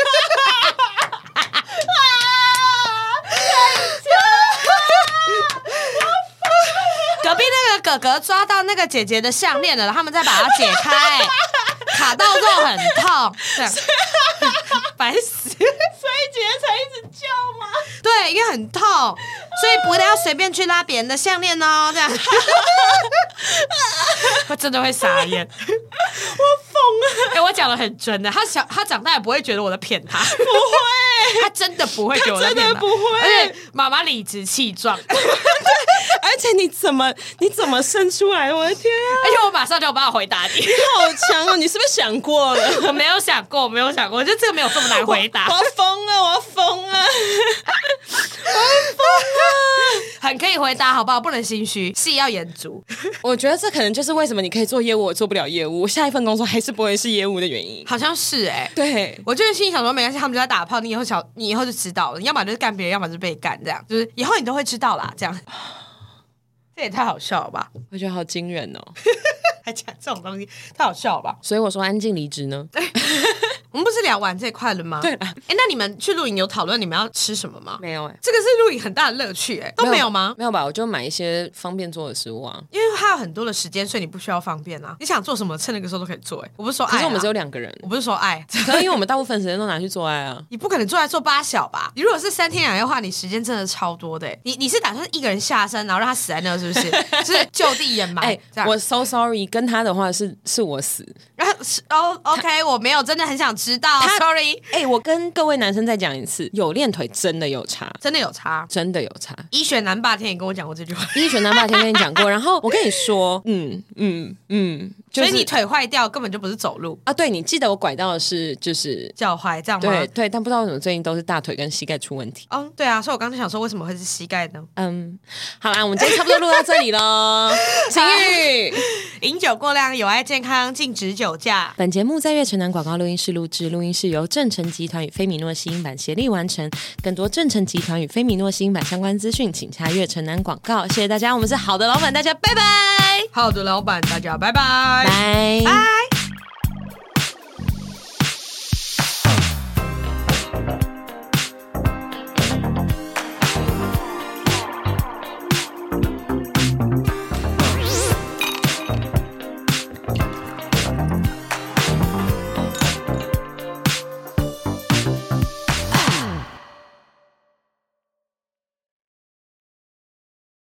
隔壁那个哥哥抓到那个姐姐的项链了，他们再把它解开，卡到肉很痛，白死！所以姐姐才一直叫吗？ 对，因为很痛，所以不要随便去拉别人的项链哦，这样。我真的会傻眼，我疯了！我讲的很真的，他长大也不会觉得我在骗他，不会，他真的不会觉得我在骗他， 不会。 而且妈妈理直气壮， 而且你怎么生出来的？我的天啊！ 而且我马上就有办法回答你， 好强哦！你是不是想过了？ 我没有想过，我觉得这个没有这么难回答。 我要疯了！我要疯了！ 很可以回答，好不好？不能心虚，戏要演足。 我觉得这可能就是为什么你可以做业务，我做不了业务，我下一份工作还是不会是业务的原因。 好像是对， 我就是心里想说，没关系，他们就在打炮，你以后就知道了，你要么就是干别人，要么就是被干，这样就是以后你都会知道啦，这样。这也太好笑了吧！ 我觉得好惊人哦， 还讲这种东西，太好笑了吧！ 所以我说安静离职呢。 我们不是聊完这一块了吗？ 对了， 那你们去露营有讨论你们要吃什么吗？ 没有这个是露营很大的乐趣都没有吗？ 没有吧，我就买一些方便做的食物啊， 因为它有很多的时间，所以你不需要方便啊。你想做什么，趁那个时候都可以做我不是说爱， 可是我们只有2个人， 我不是说爱， 可是因为我们大部分时间都拿去做爱啊。 你不可能做爱做8小吧？你如果是3天2夜的话，你时间真的超多的你是打算一个人下山，然后让他死在那，是不是？就是就地掩埋。 我 so sorry， 跟他的话是我死。 OK， 我没有真的很想知道 ，sorry。 我跟各位男生再讲一次，有练腿真的有差， 真的有差， 真的有差。 医学男霸天也跟我讲过这句话， 医学男霸天跟你讲过，然后我跟你说， 所以你腿坏掉根本就不是走路啊。对，你记得我拐到的是就是脚踝这样吗？ 对，但不知道为什么最近都是大腿跟膝盖出问题。 对啊，所以我刚才想说为什么会是膝盖呢？ 好啦，我们今天差不多录到这里咯。晴雨， 饮酒过量有害健康，禁止酒驾。 本节目在悦城南广告录音室录制，录音室由正成集团与菲米诺吸音版协力完成。更多正成集团与菲米诺吸音版相关资讯，请洽悦城南广告。谢谢大家，我们是好的老板，大家拜拜。 好的老板，大家拜拜， 拜。